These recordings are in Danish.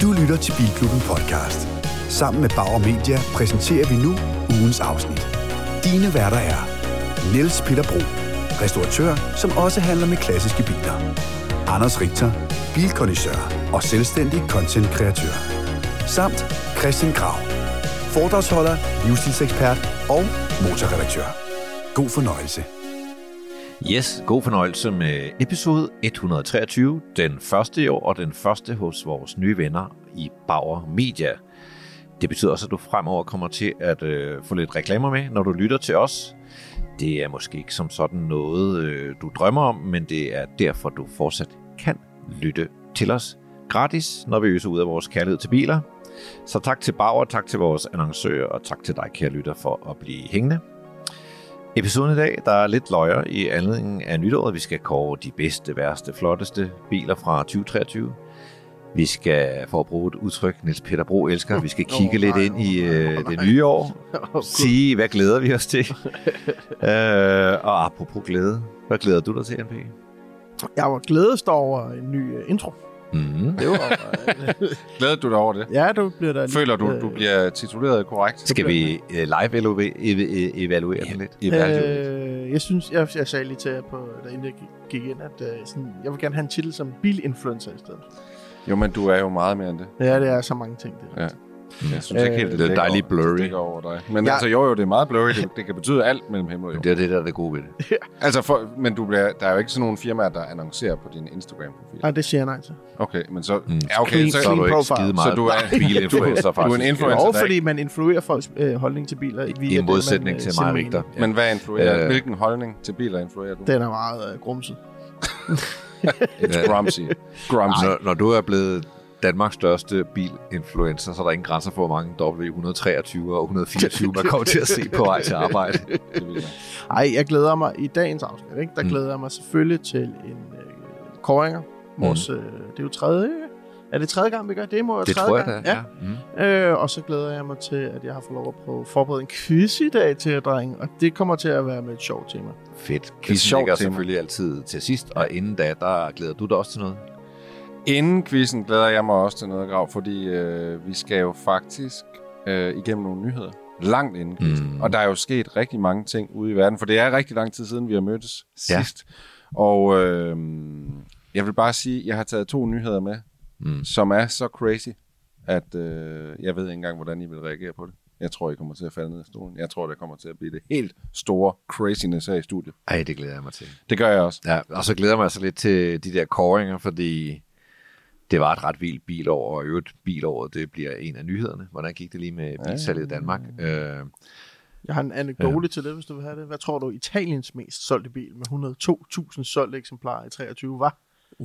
Du lytter til Bilklubben Podcast. Sammen med Bauer Media præsenterer vi nu ugens afsnit. Dine værter er Niels Peter Bro, restauratør, som også handler med klassiske biler. Anders Richter, bilkondisseur og selvstændig content-kreatør. Samt Christian Grav, foredragsholder, livsstilsekspert og motorredaktør. God fornøjelse. Yes, god fornøjelse med episode 123, den første i år og den første hos vores nye venner i Bauer Media. Det betyder også, at du fremover kommer til at få lidt reklamer med, når du lytter til os. Det er måske ikke som sådan noget, du drømmer om, men det er derfor, du fortsat kan lytte til os gratis, når vi øser ud af vores kærlighed til biler. Så tak til Bauer, tak til vores annoncører, og tak til dig, kære lytter, for at blive hængende. Episoden i dag, der er lidt løjer i anledningen af nytåret. Vi skal kåre de bedste, værste, flotteste biler fra 2023. Vi skal, for at bruge et udtryk, Niels Peter Bro elsker, vi skal kigge lidt ind i det nye år. Sige, hvad glæder vi os til? Og apropos glæde, hvad glæder du dig til, NP? Jeg var glædest over en ny intro. Mm. Det var Glæder du dig over det? ja, du bliver der. Føler du bliver tituleret korrekt? Skal vi live-evaluere den lidt? Jeg synes, jeg sagde lige til jer, da inden jeg gik ind, at jeg vil gerne have en titel som bilinfluencer i stedet. Jo, men du er jo meget mere end det. Ja, det er så mange ting. Det Ja. Jeg synes ikke helt, det er dejligt blurry. Det over dig. Men altså, jo, det er meget blurry. Det kan betyde alt mellem himmel og jord. Det er det, der er det gode ved det. Altså, men der er jo ikke sådan nogle firmaer, der annoncerer på din Instagram-profil. Nej, det siger jeg nej til. Okay, men så... Mm. Ja, okay, Clean- så Så er du ikke profile. skide meget Så du er- bilinfluencer, du er faktisk. en influencer. Og der fordi man influerer folks holdning til biler. I modsætning til mig, Richter. Men hvad influerer? Hvilken holdning til biler influerer du? Den er meget grumset. It's grumsy. Grumsy. Når du er blevet Danmarks største bilinfluencer, så er der ingen grænser for, hvor mange W123 og 124 man kommer til at se på vej til arbejde. Ej, jeg glæder mig i dagens afsnit. Ikke? Der glæder jeg mig selvfølgelig til en kåringer. Vores, det er jo tredje. Er det tredje gang, vi gør det? Må være Det tredje tror jeg gang. da, ja. Og så glæder jeg mig til, at jeg har fået lov at prøve at forberede en quiz i dag til jer, drenge. Og det kommer til at være med et sjovt tema. Fedt. Et Quizzen sjovt ligger tema. selvfølgelig altid til sidst, og inden da, der glæder du dig også til noget. Inden quizzen glæder jeg mig også til noget, Grav, fordi vi skal jo faktisk igennem nogle nyheder. Langt inden quizzen. Og der er jo sket rigtig mange ting ude i verden, for det er rigtig lang tid siden, vi har mødtes sidst. Og jeg vil bare sige, at jeg har taget 2 nyheder med, som er så crazy, at jeg ved ikke engang, hvordan I vil reagere på det. Jeg tror, I kommer til at falde ned i stolen. Jeg tror, det kommer til at blive det helt store craziness her i studiet. Ej, det glæder jeg mig til. Det gør jeg også. Ja, og så glæder jeg mig altså lidt til de der kåringer, fordi det var et ret vildt bilår, og i øvrigt bilåret, det bliver en af nyhederne. Hvordan gik det lige med bilsalget i Danmark? Jeg har en anekdote til det, hvis du vil have det. Hvad tror du, Italiens mest solgte bil med 102.000 solgte eksemplarer i 23 var?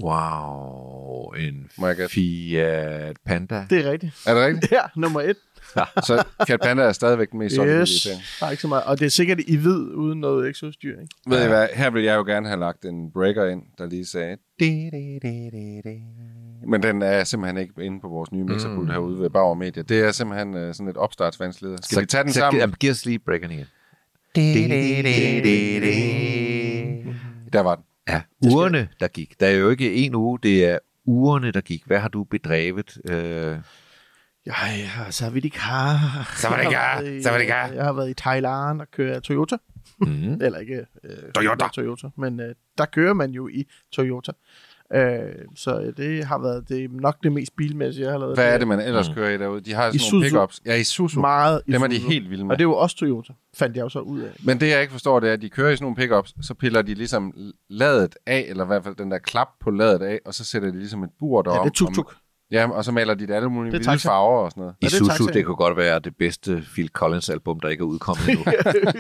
Wow, en Må jeg gætte? Fiat Panda. Det er rigtigt. Er det rigtigt? Ja, nummer 1. Så Fiat Panda er stadigvæk den mest solgte bil i Yes. Italien. Der er ikke så meget. Og det er sikkert i hvid, uden noget ekstraudstyr, ikke? Ved I hvad? Her vil jeg jo gerne have lagt en breaker ind, der lige sagde... Men den er simpelthen ikke inde på vores nye mixerpult herude ved Bauer Media. Det er simpelthen sådan et opstartsvansleder. Skal vi tage den sammen? Jamen, giv os lige breakeren igen. Der var den. Ja, ugerne, der gik. Der er jo ikke en uge, det er ugerne, der gik. Hvad har du bedrevet? Ja, så har vi det kar. Så var det kar. Jeg har været i Thailand og kører Toyota. Eller ikke Toyota, men der kører man jo i Toyota. Så det har været det er nok det mest bilmæssige, jeg har lavet. Hvad er det, man ellers kører i derude? De har sådan nogle pickups. Ja, Isuzu. Meget Dem er de Isuzu. helt vilde med. Og det er jo også Toyota, fandt jeg jo så ud af. Men det, jeg ikke forstår, det er, at de kører i sådan nogle pickups, så piller de ligesom ladet af, eller i hvert fald den der klap på ladet af, og så sætter de ligesom et bur derom. Ja, det er tuk-tuk. Ja, og så maler de det alle mulige vilde taxa. farver og sådan noget. det er Isuzu, taxaen. det kunne godt være det bedste Phil Collins album, der ikke er udkommet endnu.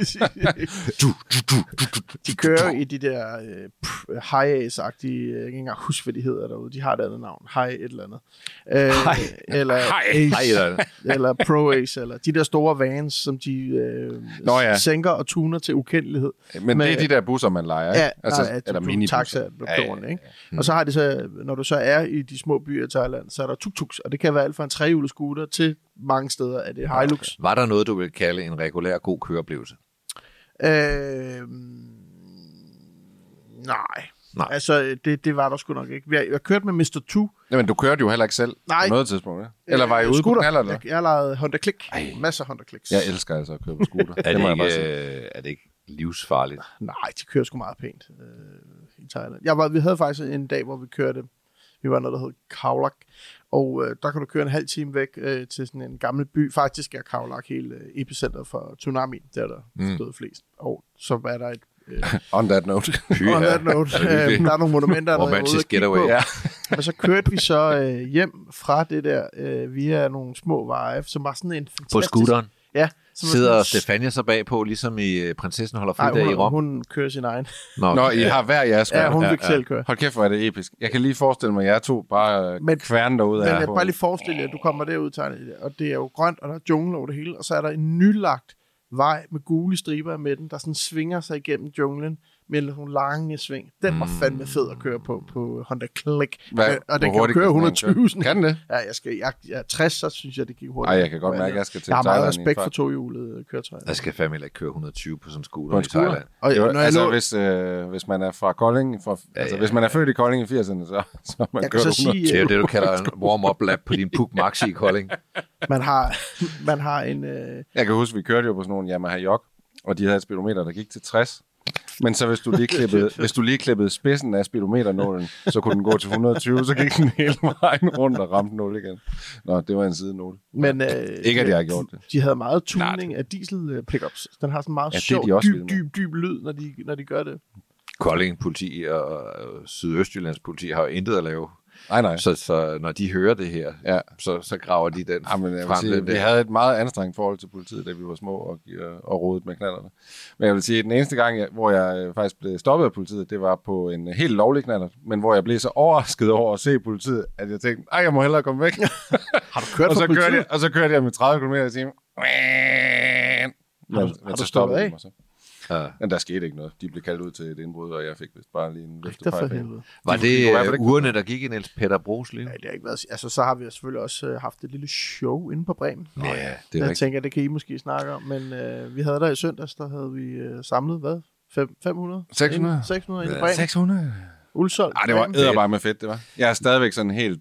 De kører i de der high-ace-agtige, jeg kan ikke engang huske, hvad de hedder derude. De har et andet navn. High et eller andet. Eller Ace, eller Pro-Ace, eller de der store vans, som de sænker og tuner til ukendelighed. Men det er de der busser, man leger, ikke? Ja, eller minibusser. Taxa, ikke? Og så har de så, når du så er i de små byer i Thailand, så er der tuk-tuks, og det kan være alt fra en trehjulet scooter til mange steder af det Hilux. Var der noget, du ville kalde en regulær god køreoplevelse? Nej. Nej. Altså, det var der sgu nok ikke. Jeg kørte med Mr. 2. Jamen, du kørte jo heller ikke selv på noget tidspunkt, ja? Eller var I ude på knaller, eller? Jeg lavede Honda Click. Masser af Honda Clicks. Jeg elsker altså at køre på scooter. Er det ikke livsfarligt? Nej, de kører sgu meget pænt i Thailand. Vi havde faktisk en dag, hvor vi kørte. Vi var noget, der hed Khao Lak. Og der kan du køre en halv time væk til sådan en gammel by. Faktisk er Khao Lak hele epicenter for tsunami, der stod flest. Og så var der et... On that note. On that note. Der er nogle monumenter, der er ude at kigge på. Ja. Og så kørte vi så hjem fra det der via nogle små veje, som var sådan en fantastisk... På scooteren? Ja. Sidder Stefania så bagpå, ligesom i Prinsessen holder fri i Rom? Hun kører sin egen. Nå, I har hver jeres skørt. Ja, hun vil selv køre. Hold kæft, hvor er det episk. Jeg kan lige forestille mig, at jeg to bare kværne derude. Men jeg kan bare lige forestille jer, at du kommer derud, og det er jo grønt, og der er jungle over det hele, og så er der en nylagt vej med gule striber i midten, der sådan svinger sig igennem junglen med nogle lange sving. Den var fandme fed at køre på Honda Click. Og den kan køre 120. Kan det? Ja, jeg 60, så synes jeg, det gik hurtigt. Ej, jeg kan godt mærke, at jeg skal til Thailand. Jeg har meget respekt for tohjulet køretøj. Jeg skal fandme ikke køre 120 på sådan en scooter i Thailand. Hvis man er fra Kolding, hvis man er født i Kolding i 80'erne, så man kører 120. Det er jo det, du kalder en warm-up lap på din Puch Maxi i Kolding. Man har en... Jeg kan huske, vi kørte jo på sådan nogle Yamaha Jok, og de havde et speedometer, der gik til 60. Men så hvis du lige klippede spidsen af speedometernålen, så kunne den gå til 120, så gik den hele vejen rundt og ramte 0 igen. Nå, det var en sidenål. Men ikke at jeg har gjort det. De havde meget tuning af diesel pickups. Den har sådan meget sjov, dyb lyd, når de gør det. Kolding politi og Sydøstjyllands politi har jo intet at lave. Nej. Så når de hører det her, så graver de den frem. Vi havde et meget anstrengt forhold til politiet, da vi var små og rodet med knallerne. Men jeg vil sige, at den eneste gang, hvor jeg faktisk blev stoppet af politiet, det var på en helt lovlig knaller, men hvor jeg blev så overrasket over at se politiet, at jeg tænkte, jeg må hellere komme væk. Har du kørt for politiet? Og så kørte jeg med 30 km i timen. Har du stoppet af? Men der skete ikke noget. De blev kaldt ud til et indbrud, og jeg fik vist bare lige en løftepege. Var det ugerne, der gik i Niels Peter Brugs liv? Nej, det har ikke været... Altså, så har vi selvfølgelig også haft et lille show inde på Bremen. Ja, det er rigtigt. Jeg tænker, det kan I måske snakke om, men vi havde der i søndags, der havde vi samlet, hvad? 500? 600? 600 inde på Bremen. 600? Udsolgt. Det var edderbarme med fedt, det var. Jeg er stadigvæk sådan helt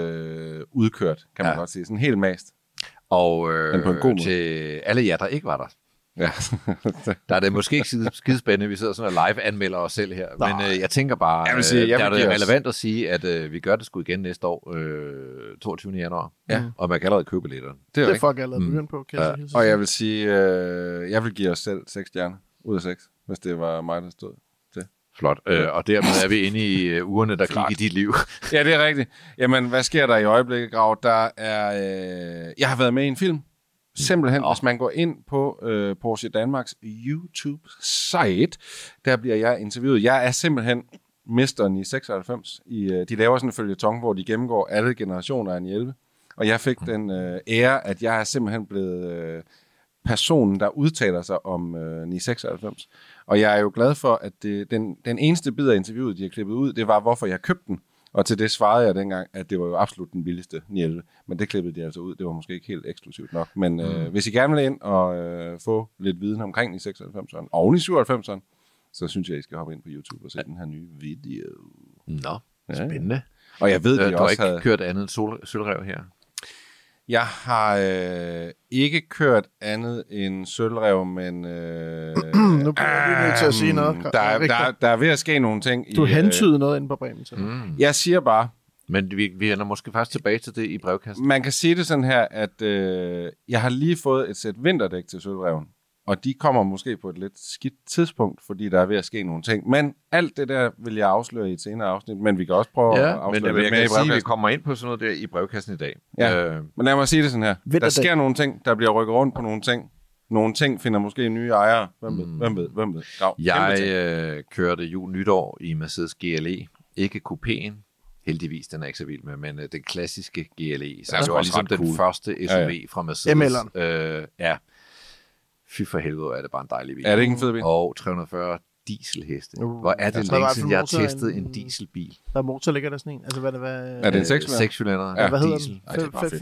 udkørt, kan man godt sige. Sådan helt mast. Og til alle jer, der ikke var der. Ja. Der er det måske ikke skidespændende, vi sidder sådan og live-anmelder os selv her. Men jeg tænker bare, der er det relevant at sige, at vi gør det sgu igen næste år, 22. januar. Ja. Og man kan allerede købe billetter. Det er folk allerede begyndt på. Og jeg vil sige, jeg vil give os selv 6 stjerner ud af 6, hvis det var mig, der stod til. Flot. Og dermed er vi inde i ugerne, der gik i dit liv. Ja, det er rigtigt. Jamen, hvad sker der i øjeblikket, Grav? Der er... jeg har været med i en film. Simpelthen, hvis man går ind på Porsche Danmarks YouTube-site, der bliver jeg interviewet. Jeg er simpelthen mesteren i 96. De laver sådan en føljeton, hvor de gennemgår alle generationer af 11. Og jeg fik den ære, at jeg er simpelthen blevet personen, der udtaler sig om 996. Og jeg er jo glad for, at den eneste bid af interviewet, de har klippet ud, det var, hvorfor jeg købte den. Og til det svarede jeg dengang, at det var jo absolut den billigste 911. Men det klippede de altså ud. Det var måske ikke helt eksklusivt nok. Men hvis I gerne vil ind og få lidt viden omkring i 96'eren og i 97'eren, så synes jeg, I skal hoppe ind på YouTube og se den her nye video. Nå, spændende. Og jeg ved, du har ikke kørt andet sølvrev her? Jeg har ikke kørt andet end sølvrev, men... nu bliver jeg nødt til at sige noget. Der er ved at ske nogle ting. Du hentyder noget inde på Bremen til. Jeg siger bare... Men vi ender måske faktisk tilbage til det i brevkassen. Man kan sige det sådan her, at jeg har lige fået et sæt vinterdæk til sølvreven. Og de kommer måske på et lidt skidt tidspunkt, fordi der er ved at ske nogle ting. Men alt det der vil jeg afsløre i et senere afsnit, men vi kan også prøve at afsløre men jeg kan sige, at vi kommer ind på sådan noget der i brevkassen i dag. Ja. Men lad mig sige det sådan her. Der sker nogle ting, der bliver rykket rundt på nogle ting. Nogle ting finder måske nye ejere. Hvem ved? Jeg kørte jul-nytår i Mercedes GLE. Ikke coupéen. Heldigvis, den er ikke så vild med, men den klassiske GLE. Så det var ligesom den første SUV fra Mercedes. Ja. Fy for helvede, er det bare en dejlig bil. Er det ikke en fed bil? Og 340 dieselheste. Hvor er det længe siden, jeg har testet en dieselbil? Hvad motor ligger der sådan en? Altså, er det en 6-cylinder? Ja, hvad hedder den?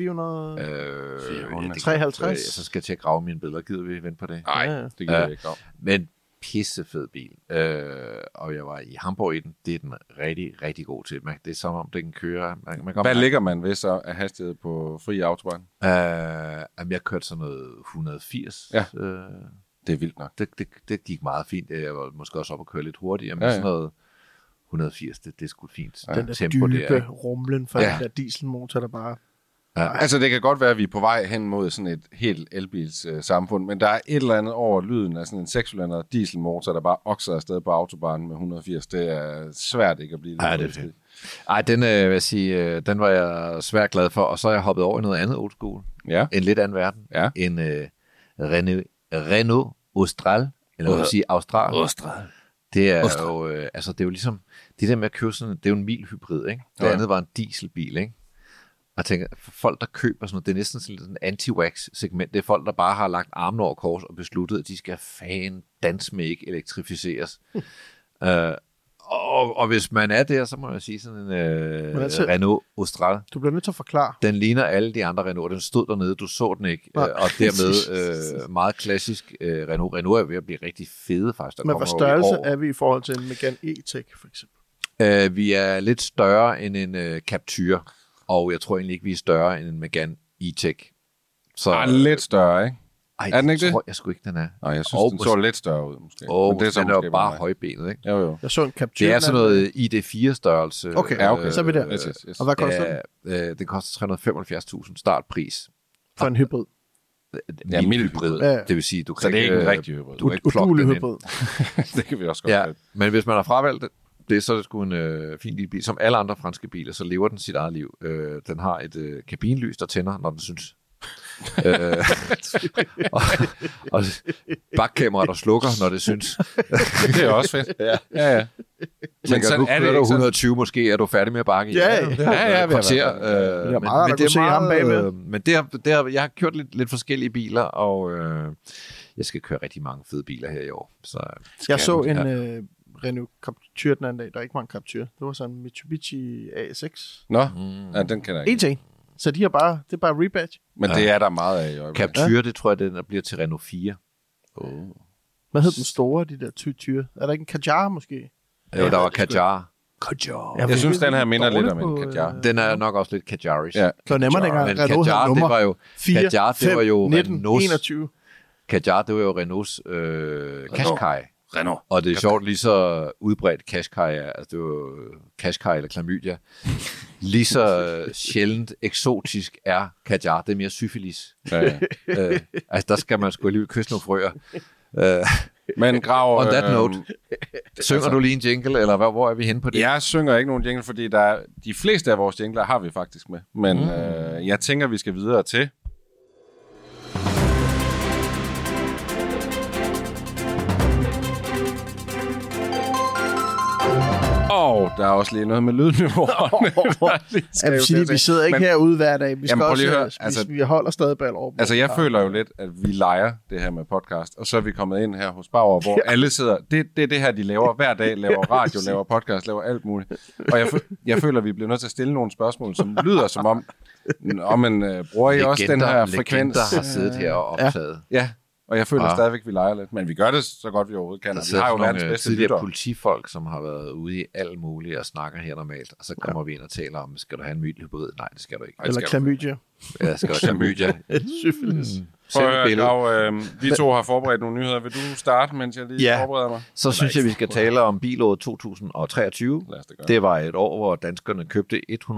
453? Så skal jeg til at grave mine billeder. Gider vi vente på det? Nej, det gider vi ikke. Men pissefed bil. Og jeg var i Hamburg i den. Det er den rigtig, rigtig god til. Det er som om, det kan køre. Hvad ligger man ved så af hastighed på fri autobahn? Jeg kørte sådan noget 180. Ja. Det er vildt nok. Det gik meget fint. Jeg var måske også op og køre lidt hurtigere, men sådan noget 180, det er sgu fint. Den der tempo dybe der, rumlen fra den der dieselmotor, der bare... Ja. Altså, det kan godt være, at vi er på vej hen mod sådan et helt elbils samfund, men der er et eller andet over lyden af sådan en 6-cylinder dieselmotor, der bare okser afsted på autobahnen med 180. Det er svært ikke at blive det. Ja, det er det. Ej, den, vil jeg sige, den var jeg svært glad for, og så er jeg hoppet over i noget andet old school. Ja. En lidt anden verden. Ja. En Renault Austral, eller hvad vil sige, Austral. Austral. Det er jo, altså det er jo ligesom, det der med at købe sådan, det er jo en milhybrid, ikke? Det andet var en dieselbil, ikke? Og jeg tænker, for folk, der køber sådan noget, det er næsten sådan en anti-wax-segment. Det er folk, der bare har lagt armen over kors og besluttet, at de skal danse med ikke elektrificeres. Og hvis man er der, så må jeg sige sådan en Renault Austral. Du bliver nødt til at forklare. Den ligner alle de andre Renault. Den stod dernede, du så den ikke. Og dermed meget klassisk Renault. Renault er ved at blive rigtig fede faktisk. Men hvad størrelse er vi i forhold til en Megane E-Tech for eksempel? Vi er lidt større end en Captur. Og jeg tror egentlig ikke, vi er større end en Megane E-Tech. Så lidt større, ikke? Ej, er den ikke det? Det? Tror jeg sgu ikke, den er. Nej, jeg synes, den så lidt større ud, måske. Men det er den er jo bare højbenet, ikke? Jo. Jeg så en Captur. Det er sådan noget ID4-størrelse. Okay, så er vi der. Yes. Og hvad koster den? Den koster 375.000 startpris. For en hybrid? Ja, milhybrid. Ja. Det vil sige, du kan så det er ikke en rigtig hybrid. Du kan ikke plukke den hybrid. Det kan vi også godt. Ja, men hvis man har fravalgt det er så sgu en fin lille bil. Som alle andre franske biler, så lever den sit eget liv. Den har et kabinlys, der tænder, når den synes. og bakkamera, der slukker, når det synes. Det er også fedt. Ja. Men sådan nu kører du 120, måske er du færdig med at bakke i. Ja. Men jeg har kørt lidt forskellige biler, og jeg skal køre rigtig mange fede biler her i år. Så jeg så en Renault Captur den anden dag. Der er ikke mange Captur. Det var sådan en Mitsubishi ASX. Nå, ja, den kender jeg ikke. ET. Så det er bare rebadge. Men det er der meget af i øjeblikket. Captur, det tror jeg, den der bliver til Renault 4. Hvad hed den store, de der tyre? Er der ikke en Kadjar måske? Jo, der var Kadjar. Jeg synes, den her minder lidt om en Kadjar. Den er nok også lidt Kadjarish. Ja. Så nemmere dengang Renault havde nummer 4, 5, 19, 21. Kadjar, det var jo Renaults Qashqai. Renault. Og det er sjovt, lige så udbredt Qashqai er, altså det var Qashqai eller Chlamydia, lige så sjældent eksotisk er Kadjar. Det er mere syfilis. Ja. Altså der skal man sgu alligevel kysse nogle frøer. Men Grav... On that note, synger du lige en jingle, eller hvor er vi henne på det? Jeg synger ikke nogen jingle, fordi de fleste af vores jingler har vi faktisk med. Men jeg tænker, vi skal videre til... Der er også lige noget med lydniveauerne. Vi sidder ikke herude hver dag. Vi skal også, vi holder stadig Ballerup. Altså, jeg føler jo lidt, at vi leger det her med podcast, og så er vi kommet ind her hos Bauer, hvor alle sidder... Det er det her, de laver hver dag. Laver radio, laver podcast, laver alt muligt. Og jeg føler, at vi bliver nødt til at stille nogle spørgsmål, som lyder som om... man bruger I også den her frekvens? Legender har siddet her og optaget. Ja. Og jeg føler stadigvæk, vi leger lidt. Men vi gør det så godt, vi overhovedet kan. Vi har jo verdens bedste lytter. Politifolk, som har været ude i alt muligt og snakker her normalt. Og så kommer vi ind og taler om, skal du have en milhybrid? Nej, det skal du ikke. Eller klamydia. Ja, skal du have klamydia? Syfilis. Vi to har forberedt nogle nyheder. Vil du starte, mens jeg lige forbereder mig? Så synes jeg, vi skal tale om bilåret 2023. Det var et år, hvor danskerne købte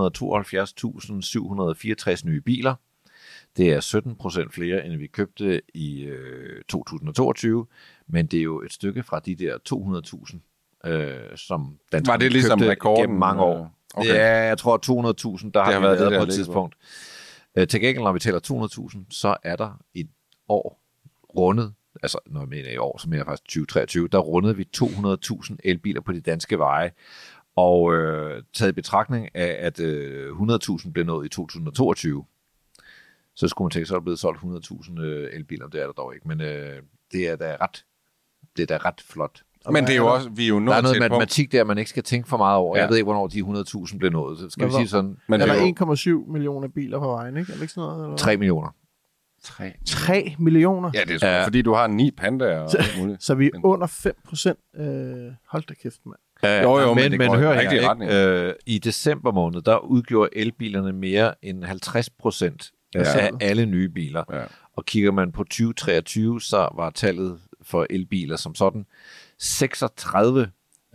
172.764 nye biler. Det er 17% flere, end vi købte i 2022, men det er jo et stykke fra de der 200.000, som danskerne var det ligesom købte rekorden gennem mange år. Okay. Ja, jeg tror 200.000, der har vi været på et tidspunkt. Til gengæld, når vi tæller 200.000, så er der et år rundet, altså når jeg mener i år, så mener jeg faktisk 2023, der rundede vi 200.000 elbiler på de danske veje, og taget i betragtning af, at 100.000 blev nået i 2022, så skulle man tænke, så er der blevet solgt 100.000 elbiler. Det er der dog ikke, men det er da ret flot. Men det er jo også, vi er jo nået til der er noget matematik der, man ikke skal tænke for meget over. Ja. Jeg ved ikke, hvornår de 100.000 blev nået. Så skal vi sige sådan. Men er der 1,7 millioner biler på vejen, ikke? Er det ikke sådan noget? Eller? 3 millioner. 3 millioner. Ja, det er fordi du har 9 pandaer og alt muligt. Så vi er under 5%. Hold da kæft, mand. Jo, men hør her, i december måned, der udgjorde elbilerne mere end 50% af alle nye biler. Ja. Og kigger man på 2023, så var tallet for elbiler som sådan 36%.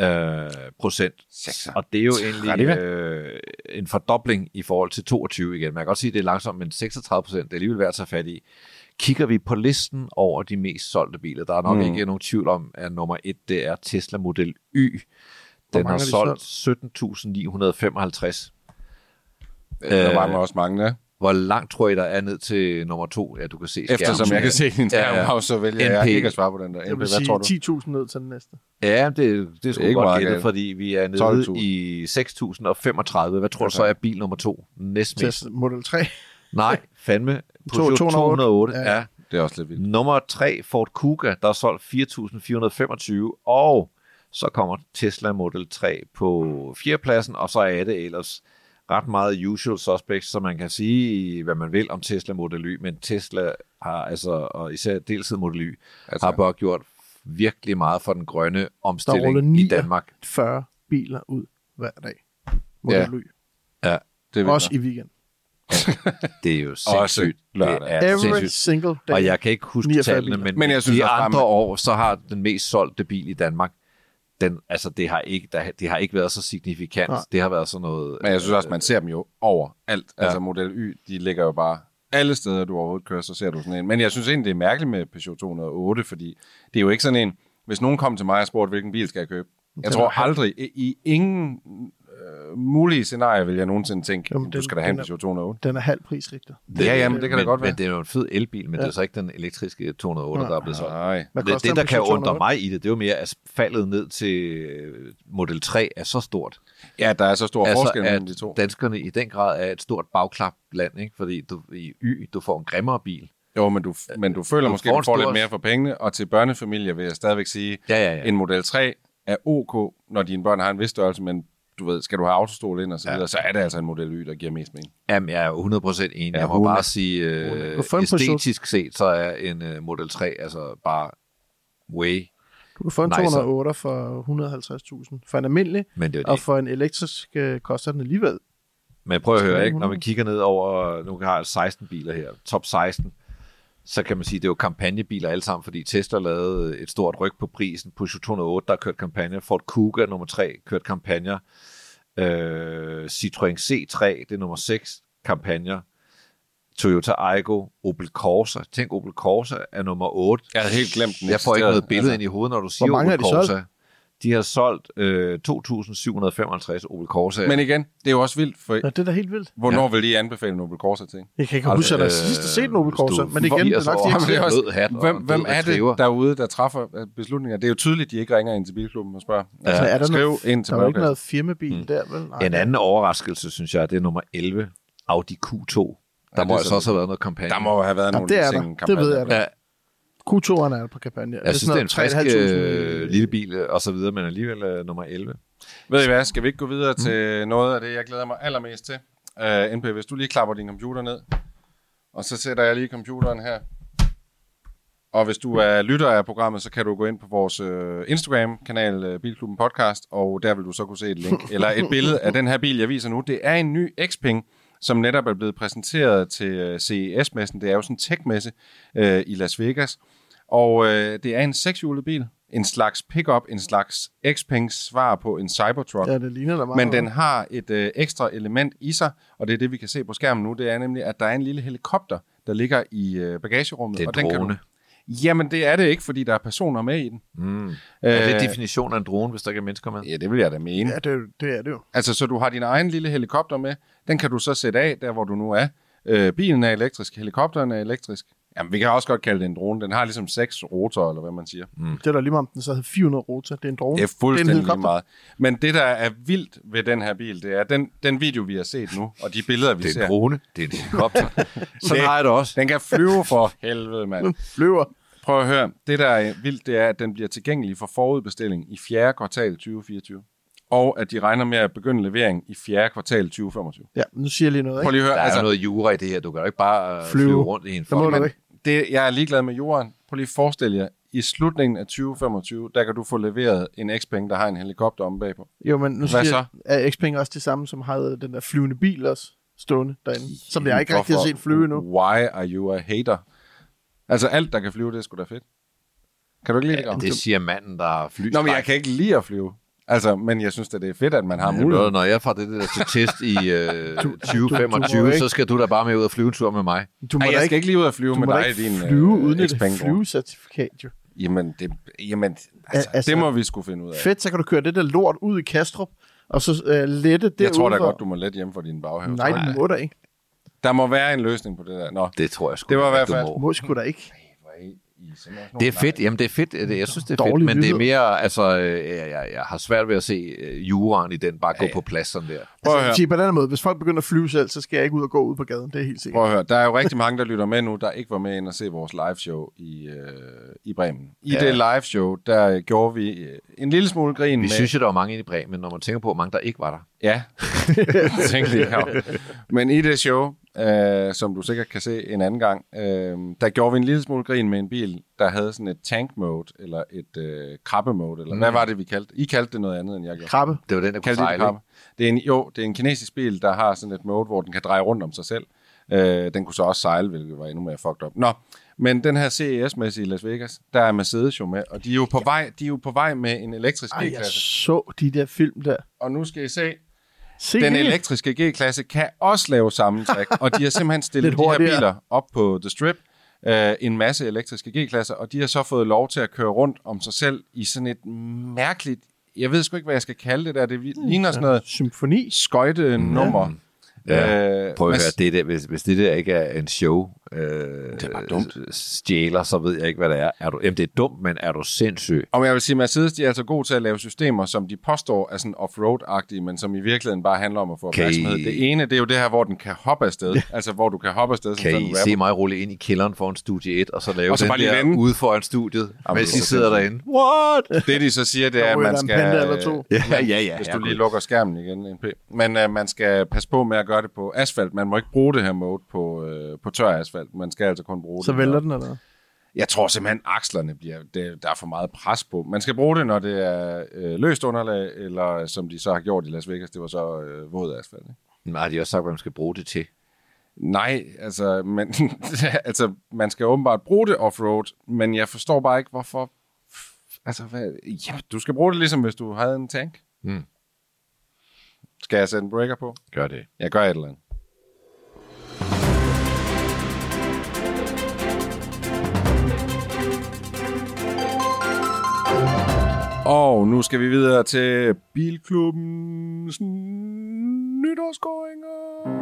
Og det er jo egentlig en fordobling i forhold til 22 igen. Man kan godt sige, at det er langsomt, men 36% det er alligevel værd at tage fat i. Kigger vi på listen over de mest solgte biler, der er nok ikke nogen tvivl om, at nummer 1, det er Tesla Model Y. Den har solgt 17.955. Der var også mange, ja. Hvor langt tror I, der er ned til nummer 2? Ja, du kan se skærmen. Eftersom jeg kan se din skærm, så vælger jeg ikke at svare på den der. Jeg vil sige 10.000 ned til den næste. Ja, det er sgu godt gældet, fordi vi er nede i 6.035. Hvad tror du så er bil nummer 2? Næstmest. Model 3? Nej, fandme. 208. Ja. Det er også lidt vildt. Nummer 3, Ford Kuga, der er solgt 4.425. Og så kommer Tesla Model 3 på 4. pladsen, og så er det ellers ret meget usual suspects, så man kan sige, hvad man vil om Tesla Model Y, men Tesla har altså, og især deltid Model Y, har bare gjort virkelig meget for den grønne omstilling i Danmark. 40 biler ud hver dag. Model Y. Ja. Det også i weekend. Det er jo sindssygt. Every single day. Og jeg kan ikke huske tallene, men jeg synes, de andre år, så har den mest solgte bil i Danmark, det har ikke været så signifikant. Nej. Det har været sådan noget... Men jeg synes også, man ser dem jo overalt. Ja. Altså Model Y, de ligger jo bare alle steder, du overhovedet kører, så ser du sådan en. Men jeg synes egentlig, det er mærkeligt med Peugeot 208, fordi det er jo ikke sådan en... Hvis nogen kom til mig og spurgte, hvilken bil skal jeg købe? Jeg tror aldrig, i ingen mulige scenarier vil jeg nogensinde tænke, du skal da have en Peugeot 208. Den er halv pris, Richter. Men det kan da godt være. Men det er jo en fed elbil, men det er så ikke den elektriske 208, der er blevet solgt. Det, der kan undre mig i det, det er jo mere, at faldet ned til Model 3 er så stort. Ja, der er så stor forskel mellem de to. Danskerne i den grad er et stort bagklapland, ikke? Fordi du får en grimmere bil. Jo, men du føler måske, at du får lidt mere for pengene, og til børnefamilier vil jeg stadigvæk sige, en Model 3 er ok, når dine børn har en vis størrelse, men du ved, skal du have autostol ind og så videre, så er det altså en Model Y, der giver mest mening. Jamen, jeg er 100% enig. Jeg må bare sige, æstetisk set, så er en Model 3 altså bare way. Du kan få en 208 for 150.000 for en almindelig, og for en elektrisk koster den alligevel. Men prøv at høre, ikke? Når man kigger ned over, nu har jeg 16 biler her, top 16, så kan man sige, at det er jo kampagnebiler alle sammen, fordi Tesla lavede et stort ryg på prisen. Peugeot 208, der har kørt kampagner. Ford Kuga, nummer 3, kørt kampagner. Citroën C3, det er nummer 6, kampagner. Toyota Aygo, Opel Corsa. Tænk, Opel Corsa er nummer 8. Jeg havde helt glemt den. Jeg får ikke noget billede ind i hovedet, når du siger Opel Corsa. De har solgt 2.755 Opel Corsa. Men igen, det er jo også vildt. For det er da helt vildt. Hvornår vil I anbefale en Opel Corsa til? Jeg kan ikke huske, at der sidst har set en Opel Corsa. Men igen, det er nok hvem er det derude, der træffer beslutninger? Det er jo tydeligt, at de ikke ringer ind til bilklubben og spørger. Skriv ind til der er jo ikke noget firmabil der, vel? Nej. En anden overraskelse, synes jeg, det er nummer 11, Audi Q2. Der må altså også have været noget kampagne. Der må have været nogle ting. Det ved jeg da. Q2'erne er på kampagne. Jeg synes, det er en frisk lille bil og så videre, men alligevel nummer 11. Ved I hvad, skal vi ikke gå videre til noget af det, jeg glæder mig allermest til? NP, hvis du lige klapper din computer ned, og så sætter jeg lige computeren her. Og hvis du er lytter af programmet, så kan du gå ind på vores Instagram-kanal, Bilklubben Podcast, og der vil du så kunne se et link, eller et billede af den her bil, jeg viser nu. Det er en ny Xpeng, som netop er blevet præsenteret til CES-messen. Det er jo sådan en tech-messe i Las Vegas. Og det er en 6-hjulet bil. En slags pickup, en slags Xpeng svar på en Cybertruck. Ja, det ligner der meget. Men den har et ekstra element i sig, og det er det, vi kan se på skærmen nu. Det er nemlig, at der er en lille helikopter, der ligger i bagagerummet. Det er en drone. Jamen, det er det ikke, fordi der er personer med i den. Er det definitionen af en drone, hvis der ikke er mennesker med? Ja, det vil jeg da mene. Ja, det er det jo. Altså, så du har din egen lille helikopter med. Den kan du så sætte af, der hvor du nu er. Bilen er elektrisk, helikopteren er elektrisk. Jamen, vi kan også godt kalde det en drone. Den har ligesom 6 rotorer, eller hvad man siger. Det er da lige meget, om den så havde 400 rotorer. Det er en drone. Det er fuldstændig lige meget. Men det, der er vildt ved den her bil, det er den video, vi har set nu, og de billeder, vi ser. Det er en drone. Det er en helikopter. Sådan har jeg det også. Den kan flyve for helvede, mand. Den flyver. Prøv at høre. Det, der er vildt, det er, at den bliver tilgængelig for forudbestilling i 4. kvartal 2024. og at de regner med at begynde levering i 4. kvartal 2025. Ja, nu siger jeg lige noget, ikke? Prøv lige at høre. Der er jo noget jura i det her. Du kan jo ikke bare flyve rundt i en fond. Jeg er ligeglad med juraen. Prøv lige at forestille jer, i slutningen af 2025, der kan du få leveret en Xpeng, der har en helikopter om bagpå. Jo, men nu siger er Xpeng også det samme, som havde den der flyvende bil også stående derinde, som jeg ikke rigtig har set flyve endnu. Why are you a hater? Altså alt, der kan flyve, det er sgu da fedt. Kan du ikke lide det? Det siger manden, der flyver. Nå, men jeg kan ikke lide at flyve. Altså, men jeg synes, det er fedt, at man har mulighed. Når jeg får det der til test i 2025, så skal du da bare med ud og flyve en tur med mig. Jeg skal ikke lige ud og flyve med dig i din flyve uden et flyvecertifikat, jo. Jamen, det må vi sgu finde ud af. Fedt, så kan du køre det der lort ud i Kastrup, og så lette det. Jeg tror da godt, du må lette hjem for din baghave. Nej, du må da ikke. Der må være en løsning på det der. Nå, det tror jeg sgu. Det var i hvert fald. Må sgu da ikke. Det er fedt. Jamen, det er fedt. Jeg synes, det er fedt. Men det er mere, altså, jeg har svært ved at se juraen i den bare gå på plads sådan der. Altså, på den anden måde, hvis folk begynder at flyve selv, så skal jeg ikke ud og gå ud på gaden. Det er helt sikkert. Prøv at høre. Der er jo rigtig mange, der lytter med nu, der ikke var med ind og se vores liveshow i Bremen. I det liveshow, der gjorde vi en lille smule grin. Vi synes jo, der var mange inde i Bremen, når man tænker på, hvor mange der ikke var der. Ja, tænk lige her. Men i det show, som du sikkert kan se en anden gang, der gjorde vi en lille smule grin med en bil, der havde sådan et tank mode, eller et krabbe mode, eller hvad var det, vi kaldte? I kaldte det noget andet, end jeg gjorde. Krabbe? Det var den, der kunne sejle. Det er en kinesisk bil, der har sådan et mode, hvor den kan dreje rundt om sig selv. Den kunne så også sejle, hvilket var endnu mere fucked up. Nå, men den her CES-messe i Las Vegas, der er Mercedes jo med, og de er jo på vej med en elektrisk G-klasse. Jeg så de der film der. Og nu skal I se. Den elektriske G-klasse kan også lave sammentræk, og de har simpelthen stillet de her biler op på The Strip, en masse elektriske G-klasser, og de har så fået lov til at køre rundt om sig selv i sådan et mærkeligt, jeg ved sgu ikke, hvad jeg skal kalde det der, det ligner sådan noget symfoni, skøjtenummer. Ja. Prøv at høre, det der, hvis det der ikke er en show, det er bare dumt. Stjæler, så ved jeg ikke, hvad det er. Jamen, det er dumt, men er du sindssyg? Og jeg vil sige, Mercedes, de er altså gode til at lave systemer, som de påstår er sådan off-road-agtige, men som i virkeligheden bare handler om at få opmærksomhed. Det ene, det er jo det her, hvor den kan hoppe afsted. Altså, hvor du kan hoppe afsted. Kan I se mig rulle ind i kælderen foran studie 1, og så lave den der ude foran studiet, mens I sidder derinde? What? Det, de så siger, det er, at man skal... Ja. Hvis du lige lukker skærmen igen. Men man skal passe på med at gøre det på asfalt. Man må ikke bruge det her mode på tør asfalt. Man skal altså kun bruge det. Så vælter den, eller? Jeg tror simpelthen, akslerne der er for meget pres på. Man skal bruge det, når det er løst underlag, eller som de så har gjort i Las Vegas, det var så våd asfalt. Ikke? Nej, de har også sagt, hvad man skal bruge det til. Nej, altså, man skal åbenbart bruge det offroad, men jeg forstår bare ikke, hvorfor... Altså, du skal bruge det ligesom, hvis du havde en tank. Skal jeg sætte en breaker på? Gør det. Jeg gør et eller andet. Og nu skal vi videre til Bilklubbens nytårskåringer.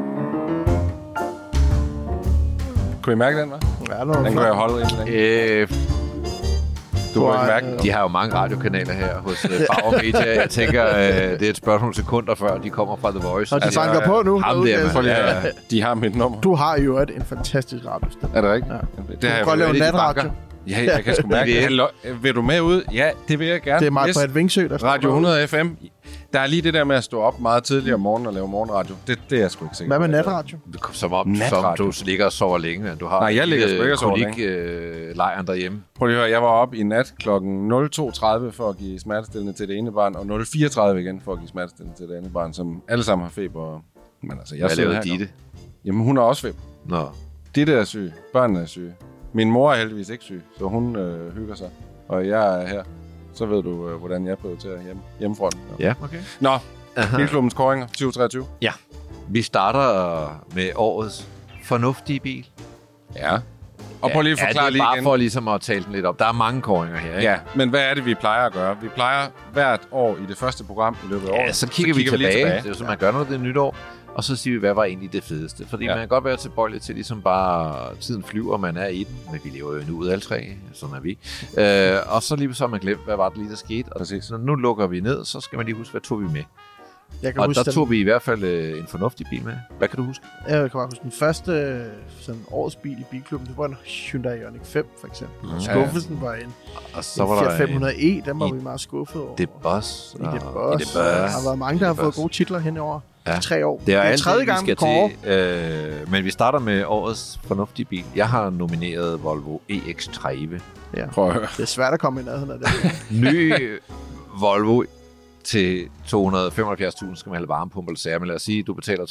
Kunne I mærke den, hva'? Ja, den kunne jeg holde ind længe. Du kan ikke mærke den. De har jo mange radiokanaler her hos Bauer Media. Jeg tænker, det er et spørgsmål sekunder før, de kommer fra The Voice. Og de banker på nu. Ham der, de har mit nummer. Du har jo en fantastisk radiostemme. Er det rigtigt? Ja. Det du kan godt lave natradio. Ja, jeg kan sgu mærke det. Vil du med ud? Ja, det vil jeg gerne. Det er meget på et Vingsø, der Radio 100 FM. Der er lige det der med at stå op meget tidligere om morgenen og lave morgenradio. Det er jeg sgu ikke sikker på. Hvad med natradio? Som du ligger og sover længe. Du har jeg ligger sgu ikke og sover længe. Lejren derhjemme. Prøv lige at høre, jeg var op i nat klokken 02.30 for at give smertestillende til det ene barn, og 04.30 igen for at give smertestillende til det andet barn, som alle sammen har feber. Men altså, hvad lavede Ditte? Jamen, hun har også feber. Nå. Ditte er syg. Børnene er syge. Min mor er heldigvis ikke syg, så hun hygger sig. Og jeg er her. Så ved du, hvordan jeg prioriterer hjemmefronten. Ja, okay. Nå, Bilklubbens kåringer 2023. Ja. Vi starter med årets fornuftige bil. Ja. Og prøv lige at forklare lige igen. Det er bare for ligesom at tale den lidt op. Der er mange kåringer her, ikke? Ja, men hvad er det, vi plejer at gøre? Vi plejer hvert år i det første program i løbet af året. Ja, så kigger vi tilbage. Det er jo sådan, man gør noget det nytår. Og så siger vi, hvad var egentlig det fedeste? Fordi man kan godt være tilbøjelig til ligesom bare tiden flyver, man er i den. Men vi lever jo nu ud alle tre. Sådan er vi. Og så lige så har man glemt, hvad var det lige, der skete. Og så nu lukker vi ned, så skal man lige huske, hvad tog vi med. Og der tog vi i hvert fald en fornuftig bil med. Hvad kan du huske? Jeg kan bare huske den første sådan årets bil i bilklubben. Det var en Hyundai Ioniq 5, for eksempel. Skuffelsen var en Fiat 500e. Den var vi meget skuffet over. Det Boss. Der har været mange, der har fået gode titler hen over 3 år. Det er tredje gang, vi skal til. Men vi starter med årets fornuftige bil. Jeg har nomineret Volvo EX30. Ja. Det er svært at komme i nærheden af det. Ny Volvo til 275.000 skal man have varmepumper eller sager, men lad os sige, at du betaler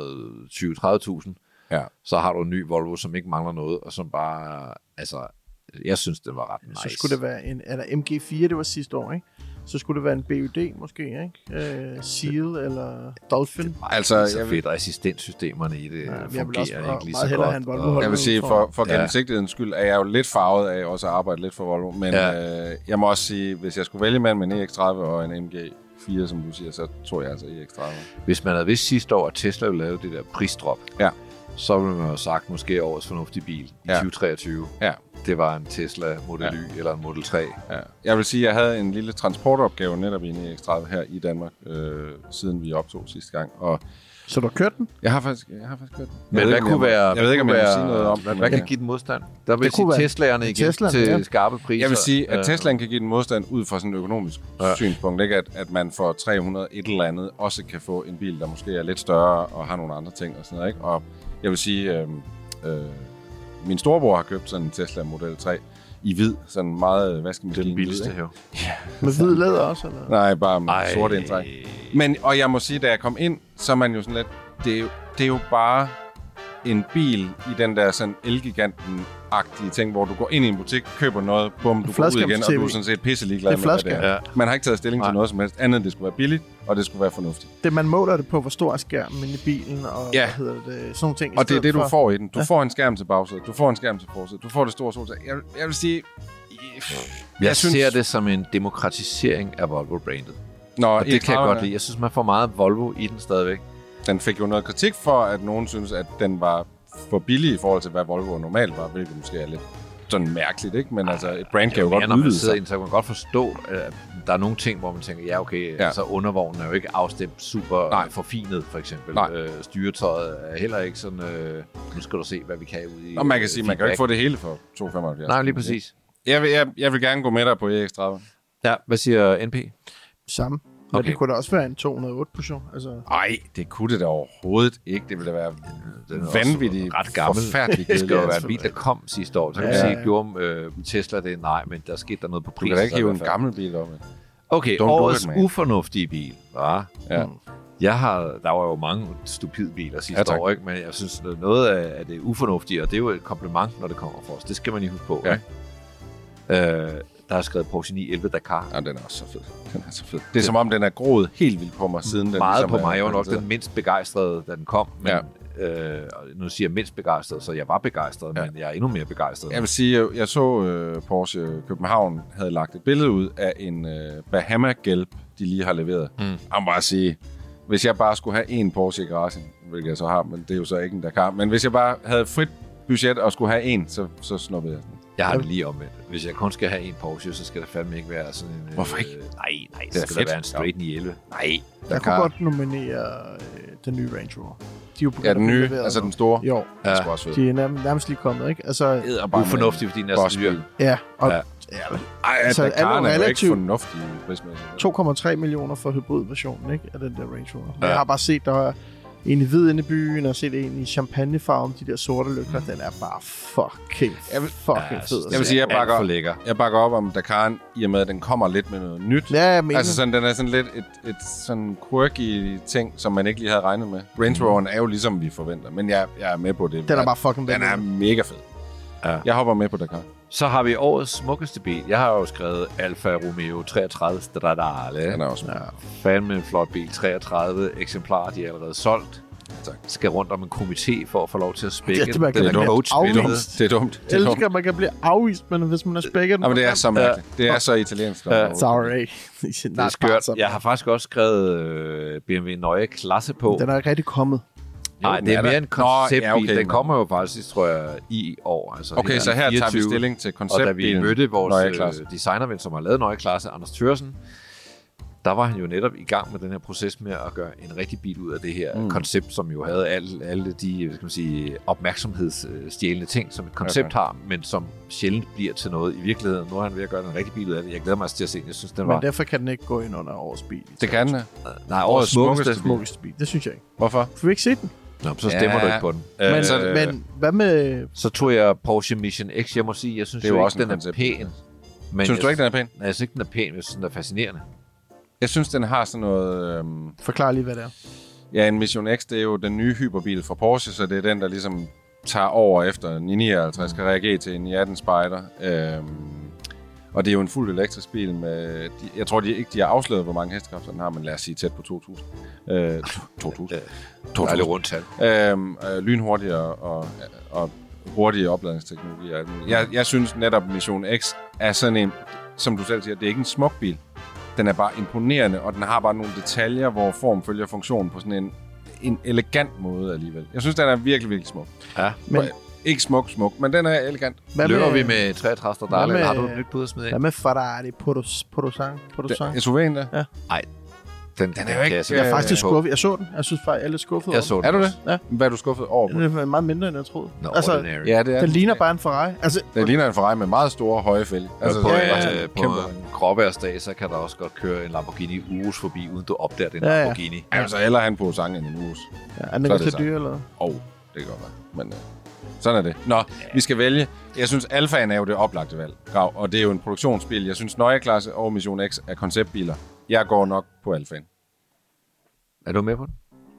320-30.000, så har du en ny Volvo, som ikke mangler noget, og som bare, altså, jeg synes, det var ret nice. Så skulle det være en, eller MG4, det var sidste år, ikke? Så skulle det være en BUD måske, ikke? Seal eller Dolphin. Altså, det er så fedt, assistenssystemerne i det fungerer ikke lige så godt. Jeg vil sige, for gennemsigtighedens skyld er jeg jo lidt farvet af også at arbejde lidt for Volvo, men jeg må også sige, hvis jeg skulle vælge mellem en EX30 og en MG4, som du siger, så tror jeg altså EX30. Hvis man havde vidst sidste år, at Tesla ville lave det der prisdrop, så ville man jo sagt, måske årets fornuftige bil i 2023. Ja. Det var en Tesla Model Y eller en Model 3. Ja. Jeg vil sige, at jeg havde en lille transportopgave netop i en EX30 her i Danmark, siden vi optog sidste gang. Og så du har kørt den? Jeg har faktisk kørt den. Men hvad kunne være... Jeg ved ikke, om jeg vil sige noget om hvad kan give den modstand? Der vil sige Teslaerne igen til skarpe priser. Jeg vil sige, at Teslaen kan give den modstand ud fra sådan et økonomisk synspunkt. Ikke? At man for 300 et eller andet også kan få en bil, der måske er lidt større og har nogle andre ting og sådan noget. Ikke? Og jeg vil sige... min storebror har købt sådan en Tesla Model 3 i hvid, sådan meget vaskemaskine. Det er den billigste her. Ja. Med hvid læder også, eller? Nej, bare med sort indtræk. Men, og jeg må sige, da jeg kom ind, så er man jo sådan lidt, det er jo bare en bil i den der sådan Elgiganten-agtige ting, hvor du går ind i en butik, køber noget, bum, du går ud igen, og du er sådan set pisse ligeglad med, hvad det er. Man har ikke taget stilling til noget som helst, andet end det skulle være billigt, og det skulle være fornuftigt. Det, man måler det på, hvor stor er skærmen i bilen, og hvad hedder det, sådan nogle ting. Og det er det, du får i den. Du får en skærm til bagsædet, du får en skærm til forsædet, du får det store soltag. Jeg vil sige... Jeg ser det som en demokratisering af Volvo-brandet. Og det kan jeg godt lide. Jeg synes, man får meget Volvo i den stadigvæk. Den fik jo noget kritik for, at nogen synes, at den var for billig i forhold til, hvad Volvo normalt var, hvilket måske er lidt sådan mærkeligt, ikke? Men altså, et brand kan jo godt udvide sig. Så kan man godt forstå, at der er nogle ting, hvor man tænker, altså undervognen er jo ikke afstemt super forfinet, for eksempel. Styretøjet er heller ikke sådan, nu skal du se, hvad vi kan ude i... Og man kan sige, man kan jo ikke få det hele for 275. Nej, lige præcis. Jeg vil gerne gå med dig på EX30. Ja, hvad siger NP? Samme. Men det kunne da også være en 208-portion. Nej, det kunne det da overhovedet ikke. Det ville da være vanvittigt ret gammel. Forfærdeligt. Det skal jo være en bil, der kom sidste år. Så kan man sige, gjorde Tesla det? Nej, men der skete der noget på prisen. Du kan da ikke hive en gammel bil op. Okay, årets ufornuftige bil. Ja. Der var jo mange stupide biler sidste år, ikke? Men jeg synes, noget af det ufornuftige, og det er jo et kompliment, når det kommer for os. Det skal man lige huske på. Ikke? Der har skrevet Porsche 911 Dakar. Ja, den er også så fed. Den er så fed. Det er som om, den er groet helt vildt på mig siden. Meget ligesom på mig. Jeg var nok den mindst begejstrede, da den kom. Men, nu siger jeg mindst begejstret, så jeg var begejstret, men jeg er endnu mere begejstret. Jeg vil sige, jeg så Porsche København havde lagt et billede ud af en Bahama-gælp, de lige har leveret. Jeg må bare sige, hvis jeg bare skulle have en Porsche i garagen, hvilket jeg så har, men det er jo så ikke en Dakar, men hvis jeg bare havde frit budget og skulle have en, så snuppede jeg den. Jeg har det lige omvendt. Hvis jeg kun skal have en Porsche, så skal der fandme ikke være sådan en... Hvorfor ikke? Nej, det skal der være en straight 911. Nej. Jeg kunne godt nominere den nye Range Rover. De er jo den nye, altså den store? Jo. Det er også fedt. De er nærmest lige kommet, ikke? Altså, ufornuftigt, fordi den er så dyr. Ja. Altså, Dakar er jo ikke fornuftig prismæssigt. 2,3 millioner for hybridversionen, ikke? Af den der Range Rover. Men jeg har bare set, der er en i hvid inde i byen, og set en i champagnefarven, de der sorte lygter. Den er bare fucking fed. Jeg vil sige, jeg bakker op om Dakar, i og med, at den kommer lidt med noget nyt. Ja, men altså sådan, den er sådan lidt et sådan quirky ting, som man ikke lige havde regnet med. Range Roveren er jo ligesom vi forventer, men jeg er med på det. Den er bare fucking den er mega fed. Ja. Jeg hopper med på Dakar. Så har vi årets smukkeste bil. Jeg har jo skrevet Alfa Romeo 33 Stradale. Den er også fandme en flot bil. 33 eksemplarer, de er allerede solgt. Tak. Skal rundt om en komité for at få lov til at spække. Det er dumt. Jeg elsker, at man kan blive afvist, men hvis man har spækket den... Men det er så mærkeligt. Det er så italiensk. Sorry. Det er skørt. Jeg har faktisk også skrevet BMW Neue Klasse på. Den er ikke rigtig kommet. Nej, det er mere en konceptbil. Den kommer jo faktisk, tror jeg, i år. Altså, okay, så her 24, tager vi stilling til konceptbilen. Og da vi mødte vores designerven, som har lavet Neue Klasse, Anders Thørsen, der var han jo netop i gang med den her proces med at gøre en rigtig bil ud af det her koncept, som jo havde alle de, hvad skal man sige, opmærksomhedsstjælende ting, som et koncept har, men som sjældent bliver til noget i virkeligheden. Nu er han ved at gøre en rigtig bil ud af det. Jeg glæder mig til at se den. Jeg synes, den var... Men derfor kan den ikke gå ind under årets bil. Det kan den. Nej, årets smukkeste bil. Det synes jeg ikke. Hvorfor? For vi ikke se den. Nå, så stemmer du ikke på den. Men hvad med... Så tog jeg Porsche Mission X. Jeg må sige, jeg synes jo ikke, den er pæn. Men synes du ikke, den er pæn? Nej, jeg synes ikke, den er pæn. Jeg synes, den er fascinerende. Jeg synes, den har sådan noget... Forklar lige, hvad det er. Ja, en Mission X, det er jo den nye hyperbil fra Porsche, så det er den, der ligesom tager over efter 959 Carrera GT til en 18 Spider. Og det er jo en fuld elektrisk bil med... Jeg tror de har afsløret, hvor mange hestekræfter den har, men lad os sige tæt på 2000. 2000. Der er lidt rundt tal. Lynhurtigere og hurtige opladningsteknologi. Jeg synes netop, Mission X er sådan en, som du selv siger, det er ikke en smuk bil. Den er bare imponerende, og den har bare nogle detaljer, hvor form følger funktionen på sådan en elegant måde alligevel. Jeg synes, den er virkelig, virkelig smuk. Ja. Men ikke smuk, men den er elegant. Løber vi med 63 der? Har du et nyt bud at smide ind? Hvad med Ferrari Portosan? SUV'en der? Ja. Nej. Den er jo ikke... Jeg er faktisk skuffet. Jeg så den. Jeg synes faktisk, alle er skuffet. Jeg så den. Er du det? Ja. Hvad er du skuffet over på? Den er meget mindre, end jeg troede. Ja, det er den ligner bare en Ferrari. Den ligner en Ferrari med meget store, høje fælge. På en gråværsdag, så kan der også godt køre en Lamborghini Urus forbi, uden du opdager den Lamborghini. Altså, eller han på sangen en Urus. Ja, er den ikke så dyr, eller? Det kan godt være. Men sådan er det. Nå, vi skal vælge. Jeg synes, Alfaen er jo det oplagte valg, Grav, og det er jo en produktionsbil. Jeg synes, Neue-klasse og Mission X er konceptbiler. Jeg går nok på Alfaen. Er du med på den?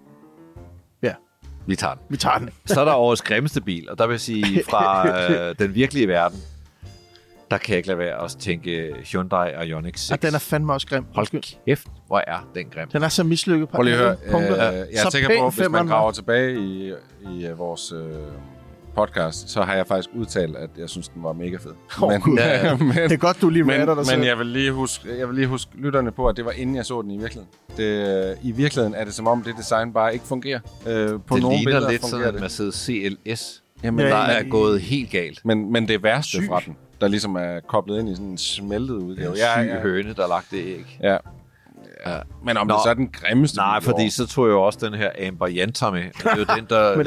Ja. Vi tager den. Så er der årets grimmeste bil, og der vil jeg sige, fra den virkelige verden, der kan jeg ikke lade være at tænke Hyundai Ioniq 6. Og den er fandme også grim. Hold kæft, hvor er den grim. Den er så mislykket på. Prøv lige at høre. Jeg er sikker på, hvis man graver tilbage i vores podcast, så har jeg faktisk udtalt, at jeg synes, den var mega fed. Men det er godt, du lige retter dig selv. Men jeg vil lige huske lytterne på, at det var inden jeg så den i virkeligheden. I virkeligheden er det som om, det design bare ikke fungerer. På det nogle ligner billeder lidt sådan en Mercedes CLS, jamen, der er gået helt galt. Men det værste fra den, der ligesom er koblet ind i sådan en smeltet udgave. En syg høne, der lagt det æg. Ja. Men om det så er den grimmeste nej, fordi så tog jeg jo også den her Amber Yanta med. Det er jo den, der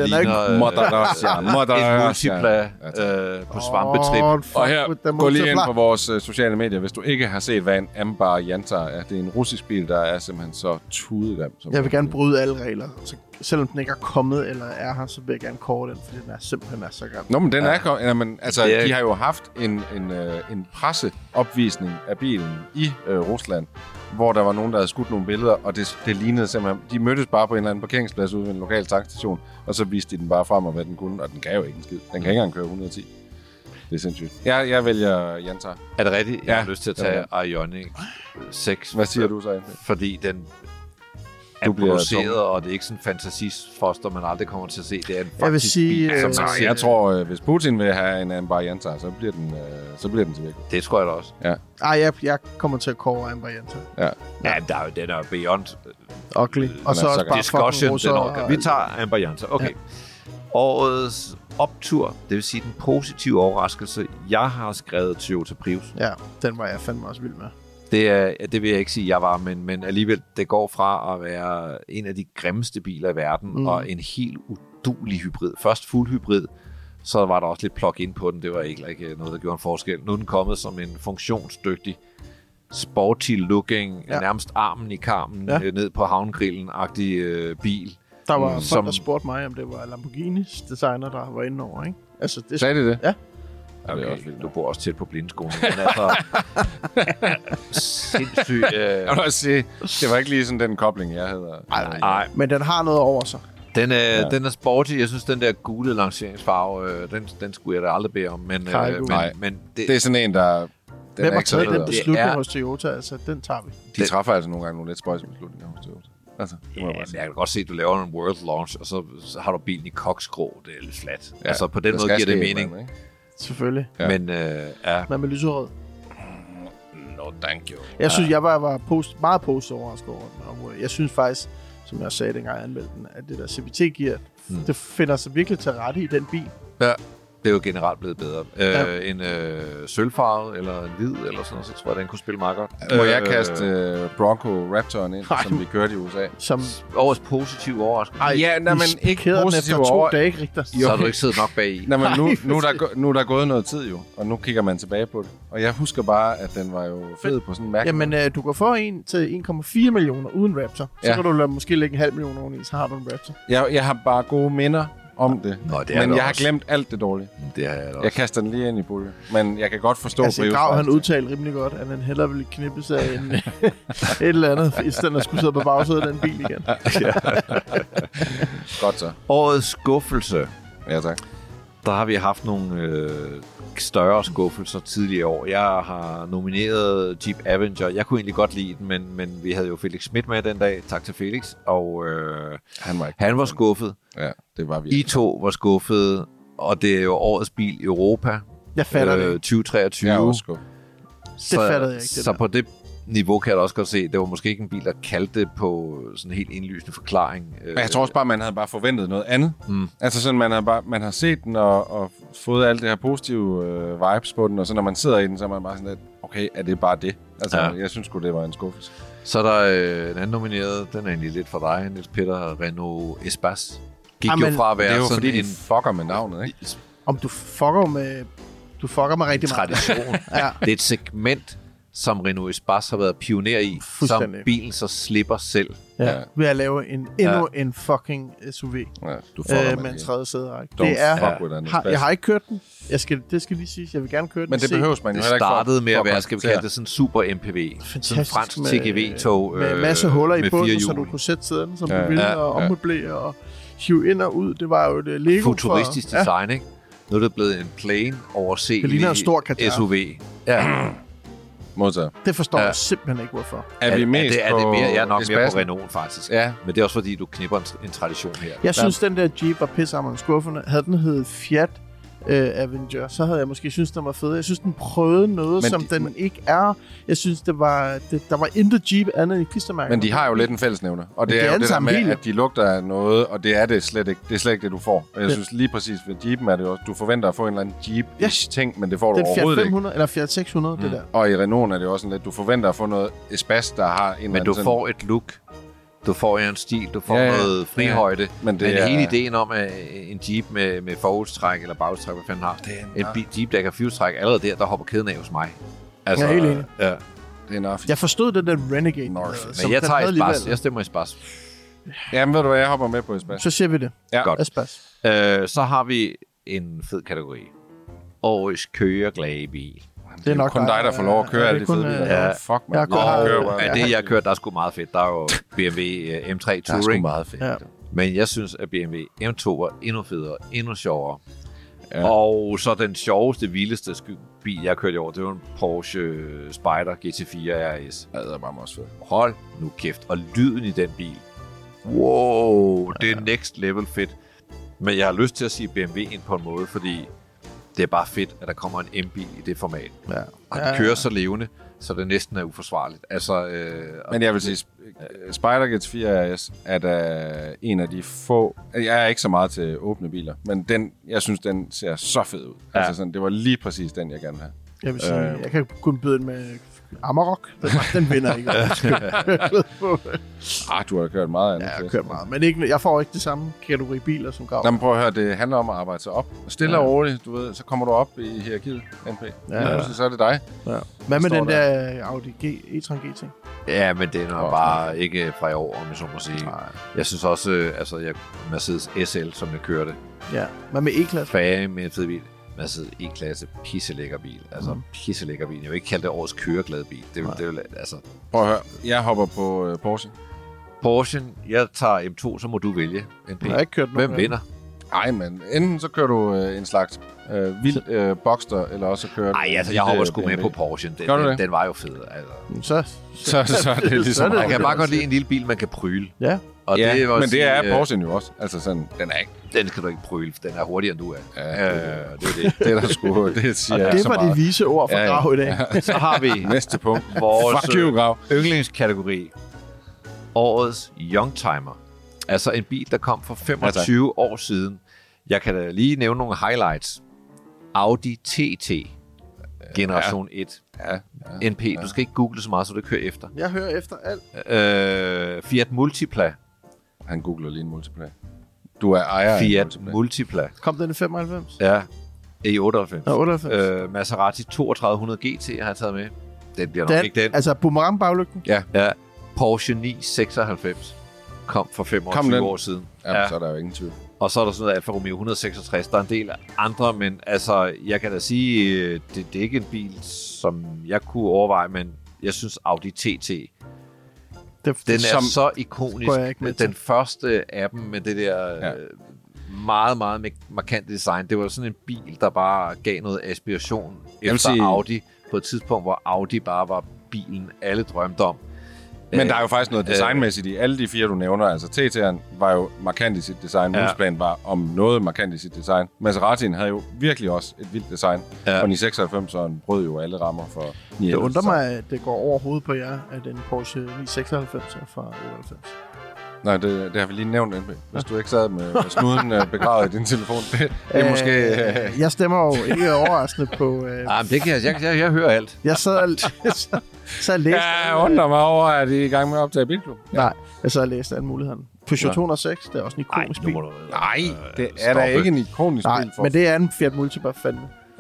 ligner en multipla på svampetrip. Og her, gå lige ind på vores sociale medier, hvis du ikke har set, hvad en Amber Yanta er. Det er en russisk bil, der er simpelthen så tudegrim. Jeg vil gerne bryde alle regler. Så selvom den ikke er kommet eller er her, så vil jeg gerne kåre den, fordi den er simpelthen så grim. Nå, men den er kommet. Jamen, altså, de har jo haft en presseopvisning af bilen i Rusland, hvor der var nogen, der havde skudt nogle billeder, og det lignede simpelthen... De mødtes bare på en eller anden parkeringsplads ude ved en lokal tankstation, og så viste de den bare frem, og hvad den kunne, og den kan jo ikke en skid. Den kan ikke engang køre 110. Det er sindssygt. Jeg vælger Yanta. Er det rigtigt? Jeg har lyst til at tage Ioniq 6. Hvad siger du så egentlig? Fordi den er produceret, og det er ikke sådan en fantasifoster, man aldrig kommer til at se. Det er en faktisk bil, som jeg tror, hvis Putin vil have en Amber Yanta, så bliver den til virkelig. Det tror jeg da også. Ja. Jeg kommer til at kåre Amber Yanta. Ja, den er beyond ugly. Og så også bare discussion. Vi tager Amber Yanta. Okay. Årets optur, det vil sige den positive overraskelse, jeg har skrevet Toyota Prius. Ja, den var jeg fandme også vild med. Det vil jeg ikke sige, jeg var, men alligevel, det går fra at være en af de grimmeste biler i verden, og en helt uduelig hybrid. Først fuld hybrid, så var der også lidt plug-in på den. Det var ikke noget, der gjorde en forskel. Nu er den kommet som en funktionsdygtig, sporty-looking, nærmest armen i karmen, ned på havngrillen-agtig bil. Der var folk, der spurgte mig, om det var Lamborghinis designer, der var inde over, ikke? Altså, det sagde de det? Ja. Okay, du bor også tæt på blindeskolen, men altså... sindssygt... Jeg vil også sige, det var ikke lige sådan den kobling, jeg havde. Nej, men den har noget over sig. Den er sporty. Jeg synes, den der gule lanceringsfarve, den skulle jeg da aldrig bede om. Men det er sådan en, der... Hvem har taget den beslutning hos Toyota? Altså, den tager vi. De træffer altså nogle gange nogle lidt spøjse beslutninger hos Toyota. Altså, jeg kan godt se, at du laver en world launch, og så har du bilen i koksgrå. Det er lidt flat. Altså, på den måde giver det mening. Ikke? Selvfølgelig. Ja. Men hvad med lyserød? No, thank you. Jeg synes, jeg var meget positiv overrasket over den. Jeg synes faktisk, som jeg sagde, dengang jeg anmeldte den, at det der CVT-gear, det finder sig virkelig til rette i den bil. Ja. Det er jo generelt blevet bedre. En sølvfarvet eller en hvid, eller sådan noget, så tror jeg, den kunne spille meget godt. Må jeg kaste Bronco Raptoren ind, som vi kørte i USA? Som årets positive overraskelse. Ja, men ikke positive efter 2 dage, Richter. Så har du ikke siddet nok bag i. Men nu er der gået noget tid jo, og nu kigger man tilbage på det. Og jeg husker bare, at den var jo fed på sådan en mærke. Jamen, du kan få en til 1,4 millioner uden Raptor. Så kan du måske lægge 0,5 millioner oveni, så har du en Raptor. Jeg har bare gode minder om det. Nå, det men jeg har glemt alt det dårlige. Det har jeg også. Jeg kaster den lige ind i pulje. Men jeg kan godt forstå... Altså, Grav, han udtalte rimelig godt, at han hellere ville knippe sig en et eller andet, i stedet for at skulle sidde på bagsædet af den bil igen. Godt så. Årets skuffelse. Ja, tak. Der har vi haft nogle større skuffelser tidligere år. Jeg har nomineret Jeep Avenger. Jeg kunne egentlig godt lide den, men vi havde jo Felix Schmidt med den dag. Tak til Felix. Og han var skuffet. Ja, det var vi. I to var skuffet, og det er jo årets bil i Europa. Jeg fatter det. 2023. Jeg er også skuffet. Det fattede jeg ikke. Så på det niveau kan jeg da også godt se, det var måske ikke en bil, der kaldte på sådan en helt indlysende forklaring. Men jeg tror også bare, man havde bare forventet noget andet. Altså sådan, man har set den og fået alt det her positive vibes på den, og så når man sidder i den, så er man bare sådan lidt, okay, er det bare det? Altså, jeg synes sgu, det var en skuffelse. Så er der en anden nomineret, den er egentlig lidt for dig, Niels Peter, Renault Espace. Gik jo fra at være det er jo sådan fordi, en fucker med navnet, ikke? Om du fucker med rigtig meget. Tradition. Ja. Det er et segment, som Renault Espace har været pioner i, som bilen så slipper selv. Ja. Ved at lave endnu en fucking SUV. Ja, du fucker med en tredje sæderække. Det er... Jeg har ikke kørt den. Det skal lige sige. Jeg vil gerne køre den. Men det behøves man jo heller ikke. Det startede med at være, skal vi kalde det, sådan super MPV. Sådan en fransk TGV-tog. Med masse huller i bunden, så du kunne sætte sæden, som du ville, og ommøblere og hive ind og ud. Det var jo det Lego futuristisk design, ikke? Nu er det blevet en plain overseelig det ligner en stor SUV. Ja. Modtaget. Det forstår jeg simpelthen ikke, hvorfor. Er vi mest er det mere, jeg er nok Espace? mere på Renault, faktisk. Ja. Men det er også fordi, du knipper en tradition her. Jeg synes, den der Jeep var pissehammerende skuffende. Havde den heddet Fiat Avenger, så havde jeg måske synes den var fed. Jeg synes, den prøvede noget, men som den ikke er. Jeg synes, der var intet Jeep andet end i klistermærker. Men de har jo lidt en fællesnævner. Og det er jo det der med, at de lugter af noget, og det er det slet ikke. Det er slet ikke det, du får. Og jeg synes lige præcis ved Jeepen er det også, du forventer at få en eller anden Jeep-ting, men det får du overhovedet ikke. Fiat 500 eller Fiat 600, det der. Og i Renault er det også sådan lidt, du forventer at få noget Espace, der har en men du får et look. Du får en stil, du får noget frihøjde. Men hele ideen om, at en Jeep med forhjulstræk eller baghjulstræk, hvad fanden har, en Jeep, der kan fyrstræk, allerede der hopper kæden af hos mig. Altså, jeg er helt enig. Ja. Det er enough. Jeg forstod den der Renegade. Men jeg tager Espace. Jeg stemmer Espace. Jamen ved du hvad, jeg hopper med på Espace. Så siger vi det. Ja. Godt. Espace. Så har vi en fed kategori. Årets køreglade bil. Det er nok kun dig, der får lov at køre alle de fede biler. Ja. Fuck, man. Det, jeg kørt, der er sgu meget fedt. Der er jo BMW M3 Touring. Der er sgu meget fedt. Ja. Men jeg synes, at BMW M2 var endnu federe, endnu sjovere. Ja. Og så den sjoveste, vildeste bil, jeg kørte i år, det var en Porsche Spyder GT4 RS. Ja, det er bare også fedt. Hold nu kæft. Og lyden i den bil. Wow, det er next level fedt. Men jeg har lyst til at sige BMW ind på en måde, fordi det er bare fedt, at der kommer en M-bil i det format. Ja. Og den kører så levende, så det næsten er uforsvarligt. Altså, men jeg vil sige, Spyder GT4 RS er da en af de få... Jeg er ikke så meget til åbne biler, men jeg synes, den ser så fed ud. Ja. Altså sådan, det var lige præcis den, jeg gerne vil have. Jeg vil sige, jeg kan kun byde den med Amarok. Den vinder ikke. Du har kørt meget andet. Ja, jeg har kørt meget. Men ikke, jeg får ikke det samme kategori biler som Grav. Jamen prøv at høre, det handler om at arbejde sig op. Stille og roligt, du ved, så kommer du op i hierarkiet, MP. Så er det dig. Ja. Hvad med den der Audi e-tron GT? Ja, men det er bare ikke fra i år, om jeg så må sige. Nej. Jeg synes også, Mercedes SL, som jeg kørte. Ja, hvad med E-klasse? Færdig med en fed bil. Mercedes E-klasse, pisselækker bil. Altså, pisselækker bil. Jeg vil ikke kalde det årets køreglade bil. Det er altså... Prøv at høre, jeg hopper på Porsche. Porsche, jeg tager M2, så må du vælge. Jeg har ikke kørt nogen. Hvem vinder? Ej, men enten så kører du en slags vild Boxster, eller også kører du... Ej, altså, jeg hopper sgu med på Porsche. Den var jo fed. Altså. Så er det ligesom... Jeg kan bare godt lide en lille bil, man kan pryle. Ja. Og ja, det men det er Porsche jo også. Altså sådan, den skal du ikke pryle, for den er hurtigere end du er. Ja, det er det. Det er der sgu... Det siger jeg det var de vise ord fra Grav i dag. Så har vi næste punkt. Vores yndlingskategori. Årets Youngtimer. Altså en bil, der kom for 25 år siden. Jeg kan da lige nævne nogle highlights. Audi TT. Generation 1. Ja. NP. Du skal ikke google så meget, så du kører efter. Jeg hører efter alt. Fiat Multipla. Han googler lige en Multipla. Du er ejer Fiat Multipla. Kom den i 95? Ja. I 98. Ja, 98. Maserati 3200 GT har jeg taget med. Den bliver nok ikke den. Altså boomerang-baglygten? Ja. Porsche 996 kom for 5 år siden. Ja, så er der jo ingen tvivl. Og så er der sådan noget Alfa Romeo 166. Der er en del andre, men altså, jeg kan da sige, det er ikke en bil, som jeg kunne overveje, men jeg synes Audi TT, den er så ikonisk. Den første af dem med det der meget, meget markante design. Det var sådan en bil, der bare gav noget aspiration efter Audi på et tidspunkt, hvor Audi bare var bilen, alle drømte om. Men der er jo faktisk noget designmæssigt i alle de 4, du nævner. Altså TT'eren var jo markant i sit design. Multiplan var om noget markant i sit design. Maseratien havde jo virkelig også et vildt design. Og 996'eren brød jo alle rammer for 99. Det undrer mig, at det går over hovedet på jer, at den Porsche 996 er fra 98. Nej, det har vi lige nævnt, hvis du ikke sad med snuden begravet i din telefon. Det er måske... Jeg stemmer jo ikke overraskende på... men det kan jeg hører alt. Jeg sad og læste... Jeg undrer mig over, at I er i gang med at optage Bilklub. Ja. Nej, jeg sad og læste alle muligheder. Peugeot 206, det er også en ikonisk bil. Nej, det er da ikke en ikonisk bil. Men det er en Fiat Multipla fandme.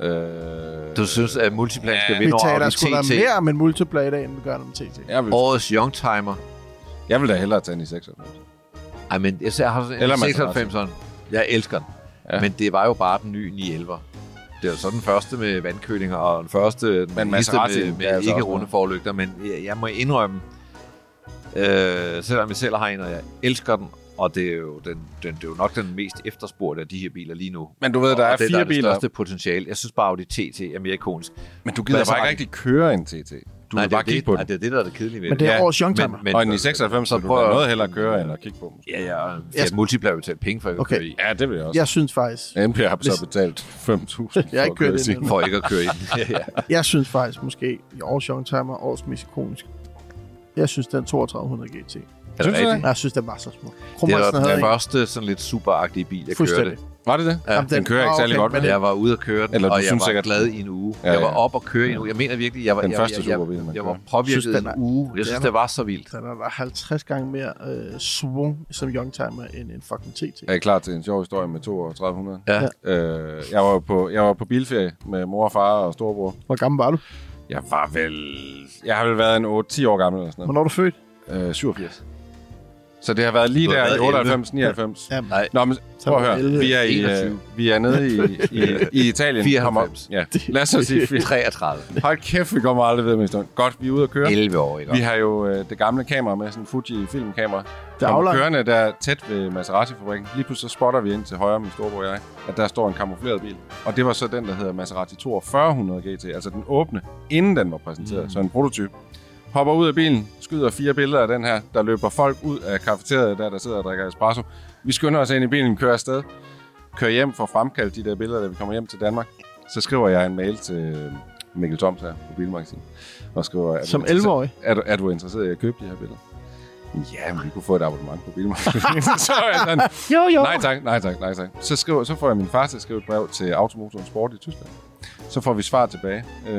Du synes, at Multiplan skal vinde over Audi TT? Vi taler sgu da mere om en Multipla i dag, end vi gør om TT. Årets Youngtimer. Jeg vil da hellere tage en i 96. Ej, men jeg har en 96'eren. Jeg elsker den. Ja. Men det var jo bare den nye 911'er. Det var så den første med vandkølinger, og den første med ikke runde forlygter. Men jeg må indrømme, selvom jeg selv har en, og jeg elsker den, og det er jo nok den mest efterspurgte af de her biler lige nu. Men du ved, der er 4 biler. Det største potentiale. Jeg synes bare, Audi TT er mere ikonisk. Men du gider bare ikke rigtig køre en TT. Du vil bare kigge på den. Nej, det er det, der er det kedelige ved men det er årets Youngtimer. Og en i 96, så du da noget hellere køre, end at kigge på dem. Ja. Fiat Multipla vil tage penge for at køre i. Ja, det vil jeg også. Jeg synes faktisk... NP har så betalt 5.000 jeg ikke kørt ind for ikke at køre i den. Jeg synes faktisk måske, i årets Youngtimer, årets mest ikonisk. Jeg synes, den 3200 GT. Synes du det? Jeg synes, den var så smuk. Det var den første sådan lidt superagtige bil, jeg kørte. Var det det? Ja. Den kører ikke særlig godt. Men jeg var ude at køre den, og jeg var glad i en uge. Jeg var op og køre i en uge. Jeg mener virkelig, jeg var påvirket en uge. Jeg synes, det var så vildt. Der var 50 gange mere svung som Youngtimer end en fucking TT. Er I klar til en sjov historie med 3200? Ja. Jeg var på bilferie med mor og far og storebror. Hvor gammel var du? Jeg har vel været en 8-10 år gammel eller sådan noget. Hvornår er du født? 87. Så det har været lige der i 98-99. Ja. Nå, men prøv at høre. Vi er nede i Italien. 94. Ja. Lad os så sige 33. Hold kæft, vi kommer aldrig ved med historien. Godt, vi er ude at køre. 11 år, ikke? Vi har jo det gamle kamera med, sådan en Fuji filmkamera. Det er kørende der tæt ved Maserati-fabrikken. Lige pludselig så spotter vi ind til højre, min storebror og jeg, at der står en kamufleret bil. Og det var så den, der hedder Maserati 4200 GT, altså den åbne, inden den var præsenteret. Så en prototyp. Hopper ud af bilen, skyder 4 billeder af den her. Der løber folk ud af kafeteriet, der sidder og drikker espresso. Vi skynder os ind i bilen, kører afsted. Kører hjem for at fremkalde de der billeder, da vi kommer hjem til Danmark. Så skriver jeg en mail til Mikkel Toms her på Bilmagasin. Og skriver, som 11-årig? Er du interesseret i at købe de her billeder? Ja, men vi kunne få et abonnement på Bilmagasin. Så er jeg sådan, jo. Nej tak. Så får jeg min far til at skrive et brev til Automotoren Sport i Tyskland. Så får vi svar tilbage.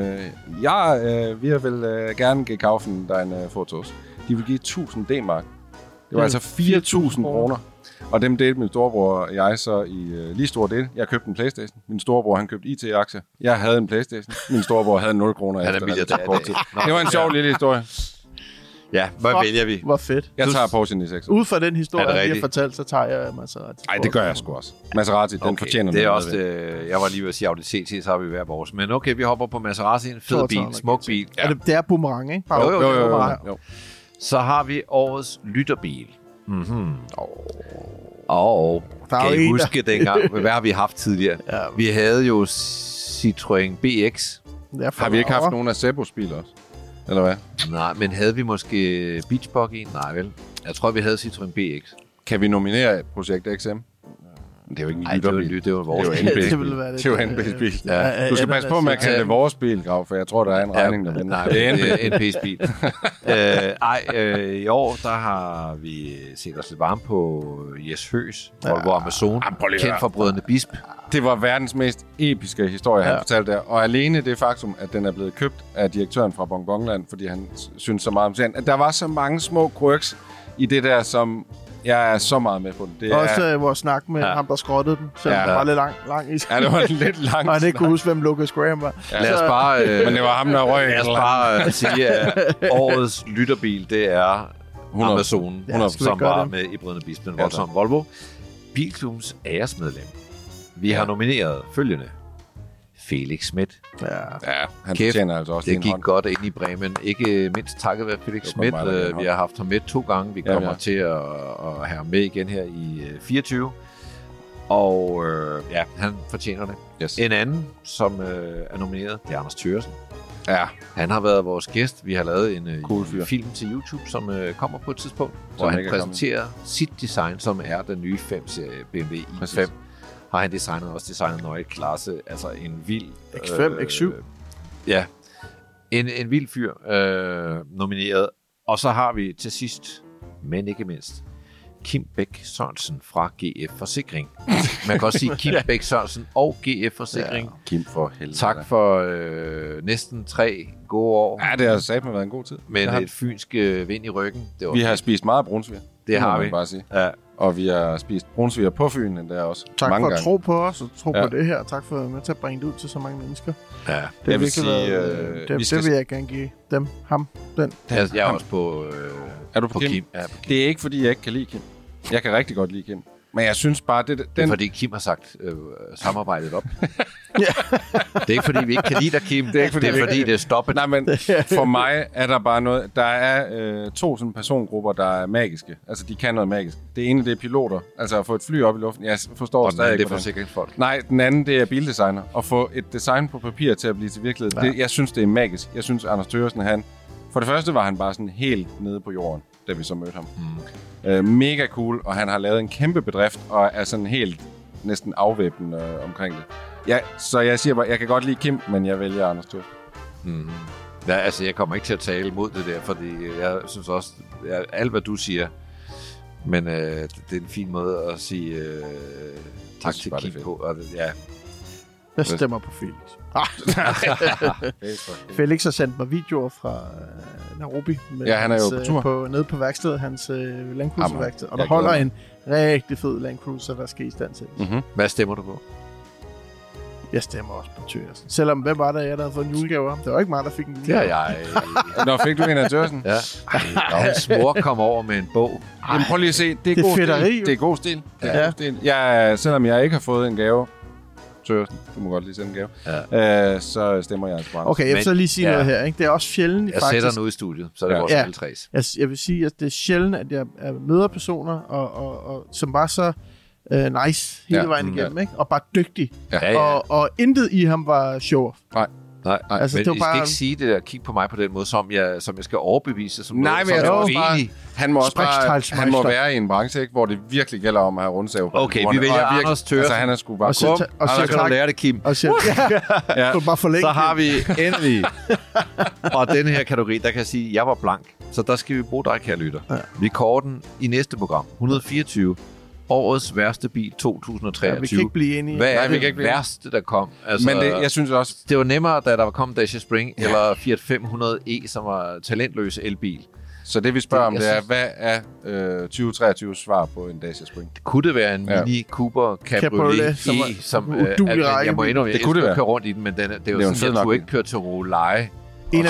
Vi vil gerne give kaufen deine Fotos. De vil give 1000 D-mark. Det var altså 4.000 kroner. Og dem delte min storebror og jeg så i lige store del. Jeg købte en PlayStation. Min storebror, han købte IT-aktier. Jeg havde en PlayStation. Min storebror havde 0 kroner efter det var en sjov lille historie. Ja, hvad vælger vi? Hvor fedt. Jeg tager Porsche 96. Ud fra den historie, jeg har fortalt, så tager jeg Maserati. Nej, det gør jeg sgu også. Maserati, den fortjener det er også det. Jeg var lige ved at sige Audi TT, så har vi hver vores. Men okay, vi hopper på Maserati. En fed bil, smuk bil. Ja. Det er boomerang, ikke? Jo. Så har vi årets lytterbil. Kan I huske dengang? Hvad har vi haft tidligere? Ja. Vi havde jo Citroën BX. Har vi ikke haft nogen af Sebos biler også? Eller hvad? Nej, men havde vi måske Beach Buggy? Nej, vel? Jeg tror, vi havde Citroën BX. Kan vi nominere Projekt XM? Det er jo ikke en lytterbil. Det er jo vores bil. Det er jo NP's bil. Ja. Du skal passe på med at kalde det vores bil, Grav, for jeg tror, der er en regning, der vender. Nej, det er NP's bil. I år, der har vi set os lidt varme på Jes Høs, Volvo Amazon, kendt for Brødrene Bisp. Det var verdens mest episke historie, han fortalte der. Og alene det faktum, at den er blevet købt af direktøren fra Bonbonland, fordi han synes så meget om serien, at der var så mange små quirks i det der, som jeg er så meget med på det. Også vores snak med ham, der skrottede den, selvom det var lidt lang i Ja, det var lidt langt. Og han ikke kunne huske, hvem Lucas Graham var. Ja. Lad os bare... men det var ham, der røg. Lad os bare sige, at årets lytterbil, det er 100. Amazon, 100. Som var med i Brødrene Bisp, den voldsomme Volvo. Bilklubbens æresmedlem. Vi har nomineret følgende. Felix Schmidt. Ja, han fortjener altså også det gik godt ind i Bremen. Ikke mindst takket være Felix Schmidt. Vi har haft ham med 2 gange. Vi kommer til at have ham med igen her i 24. Og han fortjener det. Yes. En anden, som er nomineret, det er Anders Thøgersen. Ja. Han har været vores gæst. Vi har lavet en film til YouTube, som kommer på et tidspunkt, hvor han præsenterer sit design, som er den nye 5-serie BMW i5. Har han designet Neue Klasse, altså en vild... X5, X7. Ja, en vild fyr nomineret. Og så har vi til sidst, men ikke mindst, Kim Bæk Sørensen fra GF Forsikring. Man kan også sige Kim Bæk Sørensen og GF Forsikring. Ja, Kim for helvede. Tak for næsten 3 gode år. Ja, det har satme været en god tid. Med et fynsk vind i ryggen. Vi har spist meget brunsviger. Det har vi. Bare sige. Ja. Og vi har spist brunsviger på Fyn endda også. Tak mange for at gange. tro på os, og tro på det her. Tak for at være med til at bringe det ud til så mange mennesker. Ja. Det vil sige, det vil jeg gerne give dem, ham, den. Jeg er også på er du på Kim? Ja, på Kim. Det er ikke, fordi jeg ikke kan lide Kim. Jeg kan rigtig godt lide Kim. Men jeg synes bare, det er fordi Kim har sagt samarbejdet op. Det er ikke fordi vi ikke kan lide dig, Kim. Det er fordi det er stoppet. Nej, men for mig er der bare noget. Der er 2 sådan persongrupper, der er magiske. Altså, de kan noget magisk. Det ene, det er piloter. Altså at få et fly op i luften. Jeg forstår stadig ikke. Det er forsikringsfolk. Nej, den anden, det er bildesigner. At få et design på papir til at blive til virkelighed. Jeg synes, det er magisk. Jeg synes, Anders Thøgersen, for det første var han bare sådan helt nede på jorden, da vi så mødte ham. Mega cool, og han har lavet en kæmpe bedrift, og er sådan helt næsten afvæbnende omkring det. Ja, så jeg siger bare, jeg kan godt lide Kim, men jeg vælger Anders Thøgersen. Ja, altså, jeg kommer ikke til at tale imod det der, fordi jeg synes også, alt hvad du siger, men det er en fin måde at sige tak til Kim på. Og jeg stemmer på Felix. Felix har sendt mig videoer fra Nairobi. Han er jo på tur. Nede på værkstedet, hans Land Cruiser-værksted. Og der holder en rigtig fed Land Cruiser, der skal i stand til. Hvad stemmer du på? Jeg stemmer også på Thøgersen. Selvom, hvem var der, der havde fået en julegave om? Det var ikke mig, der fik en julegave. Det er jeg. Nå, fik du en af Thøgersen? Ja. Hans mor kom over med en bog. Jamen, prøv lige at se. Det er god stil. Det er god stil. Selvom jeg ikke har fået en gave, Thøgersen, du må godt lige sende en gave, så stemmer jeg på Anders. Okay, jeg vil så lige sige noget her. Ikke? Det er også sjældent, jeg sætter nu i studiet, så er det vores spiltræs. Jeg vil sige, at det er sjældent, at jeg møder personer, og som bare så nice hele vejen igennem, ikke? Og bare dygtig. Og intet i ham var show. Nej, altså, men I skal ikke sige det der, kig på mig på den måde, som jeg skal overbevise. Som nej, men jeg tror bare, han må være i en branche, ikke, hvor det virkelig gælder om at have rundsav. Okay, vi vælger Anders Thøgersen. Altså, han er sgu bare og så kan du lære det, Kim. Og så har vi endelig. Og den her kategori, der kan jeg sige, at jeg var blank. Så der skal vi bruge dig, kære lytter. Ja. Vi kårer den i næste program, 124. Årets værste bil 2023. Ja, vi kan ikke blive enige. Hvad er det værste, der kom? Altså, men jeg synes også... Det var nemmere, da der kom Dacia Spring eller Fiat 500e, som var talentløs elbil. Så det vi spørger om, det er, hvad er 2023's svar på en Dacia Spring? Det kunne det være en Mini Cooper Cabriolet som jeg må indrømme, jeg skulle køre rundt i den, men det er jo sådan, at du ikke kører til Roleje. En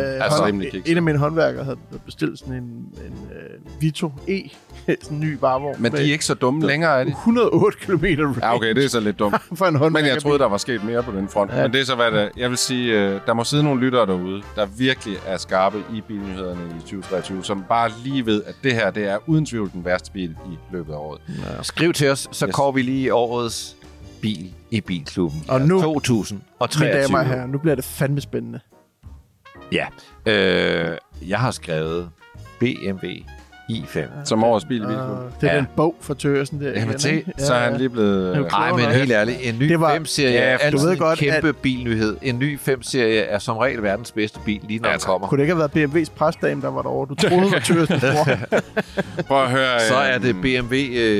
af mine håndværkere havde bestilt sådan en Vito E, sådan en ny varevogn. Men de er ikke så dumme længere, er de? 108 km range. Ja, okay, det er så lidt dumt. Men jeg troede, der var sket mere på den front. Ja. Men det er så, hvad det jeg vil sige, der må sidde nogle lyttere derude, der virkelig er skarpe i bilnyhederne i 2023, som bare lige ved, at det her, det er uden tvivl den værste bil i løbet af året. Ja. Skriv til os, så går vi lige årets bil i Bilklubben. Og nu, 2023. mine damer og herrer, nu bliver det fandme spændende. Ja, jeg har skrevet BMW i5. Som årets bil i Bilklubben. Det er den bog for Tørsen der. Jamen, så er han lige blevet... Nej, men helt ærligt, en ny 5-serie er altid en kæmpe bilnyhed. En ny 5-serie er som regel verdens bedste bil, lige når den kommer. Kunne det ikke have været BMW's presdame, der var derovre? Du troede, var Tørsen. Prøv at høre... Så er det BMW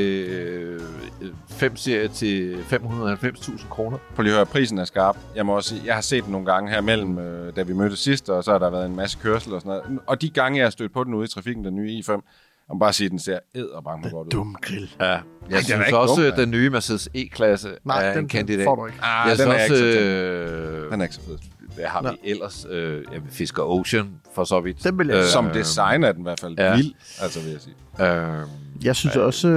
5-serie til 590.000 kroner. Prøv lige at høre, prisen er skarp. Jeg må også sige, jeg har set den nogle gange her mellem, da vi mødtes sidst, og så har der været en masse kørsel og sådan noget. Og de gange, jeg har stødt på den ude i trafikken, den nye i5, jeg må bare sige, at den ser edderbanke godt ud. Dum grill. Ja, jeg synes også, den nye Mercedes E-klasse er en kandidat. Får du ikke. Jeg synes også, den er ikke så fed. Hvad har vi ellers? Fisker Ocean, for så vidt. Den vil jeg som design er den i hvert fald vild, altså vil jeg sige. Jeg synes også,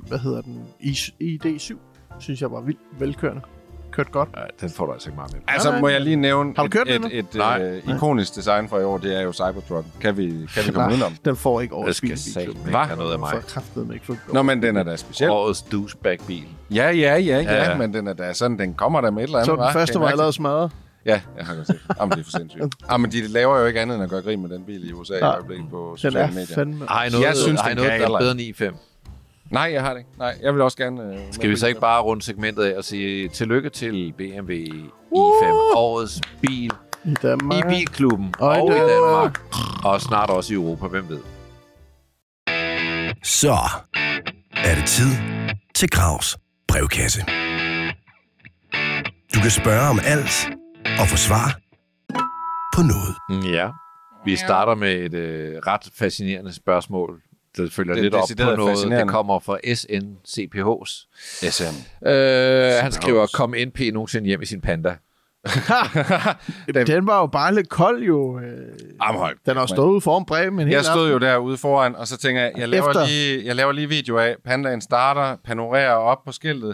ID7, synes jeg var vildt velkørende. Kørt godt. Ja, den får du altså ikke meget med. Altså, må jeg lige nævne et ikonisk design for i år, det er jo Cybertruck. Kan vi komme udenom? Den får ikke årets bil. Det skal ikke have noget af mig. Nå, men den er da speciel. Årets douchebag-bil. Ja, men den er da sådan, den kommer der med et eller andet. Så den første var allerede smadret. Ja, jeg har godt set. Jamen, det er for sindssygt. Jamen, de laver jo ikke andet end at gøre grin med den bil i USA i øjeblikket på sociale medier. Jeg synes, den er bedre end i5. Nej, jeg har det ikke. Nej, jeg vil også gerne... Skal vi så ikke bare runde segmentet af og sige tillykke til BMW i5, årets bil i Danmark, i Bilklubben og i Danmark, og snart også i Europa, hvem ved. Så er det tid til Gravs brevkasse. Du kan spørge om alt og få svar på noget. Ja, vi starter med et ret fascinerende spørgsmål. Det følger lidt op på noget. Det kommer fra SNCPH's. SN. Han skriver, kom NP nogensinde hjem i sin Panda. Den var jo bare lidt kold, jo. Den har stået ude foran Bremen. Jeg stod jo derude foran, og så tænker jeg, jeg laver lige video af. Pandaen starter, panorerer op på skiltet,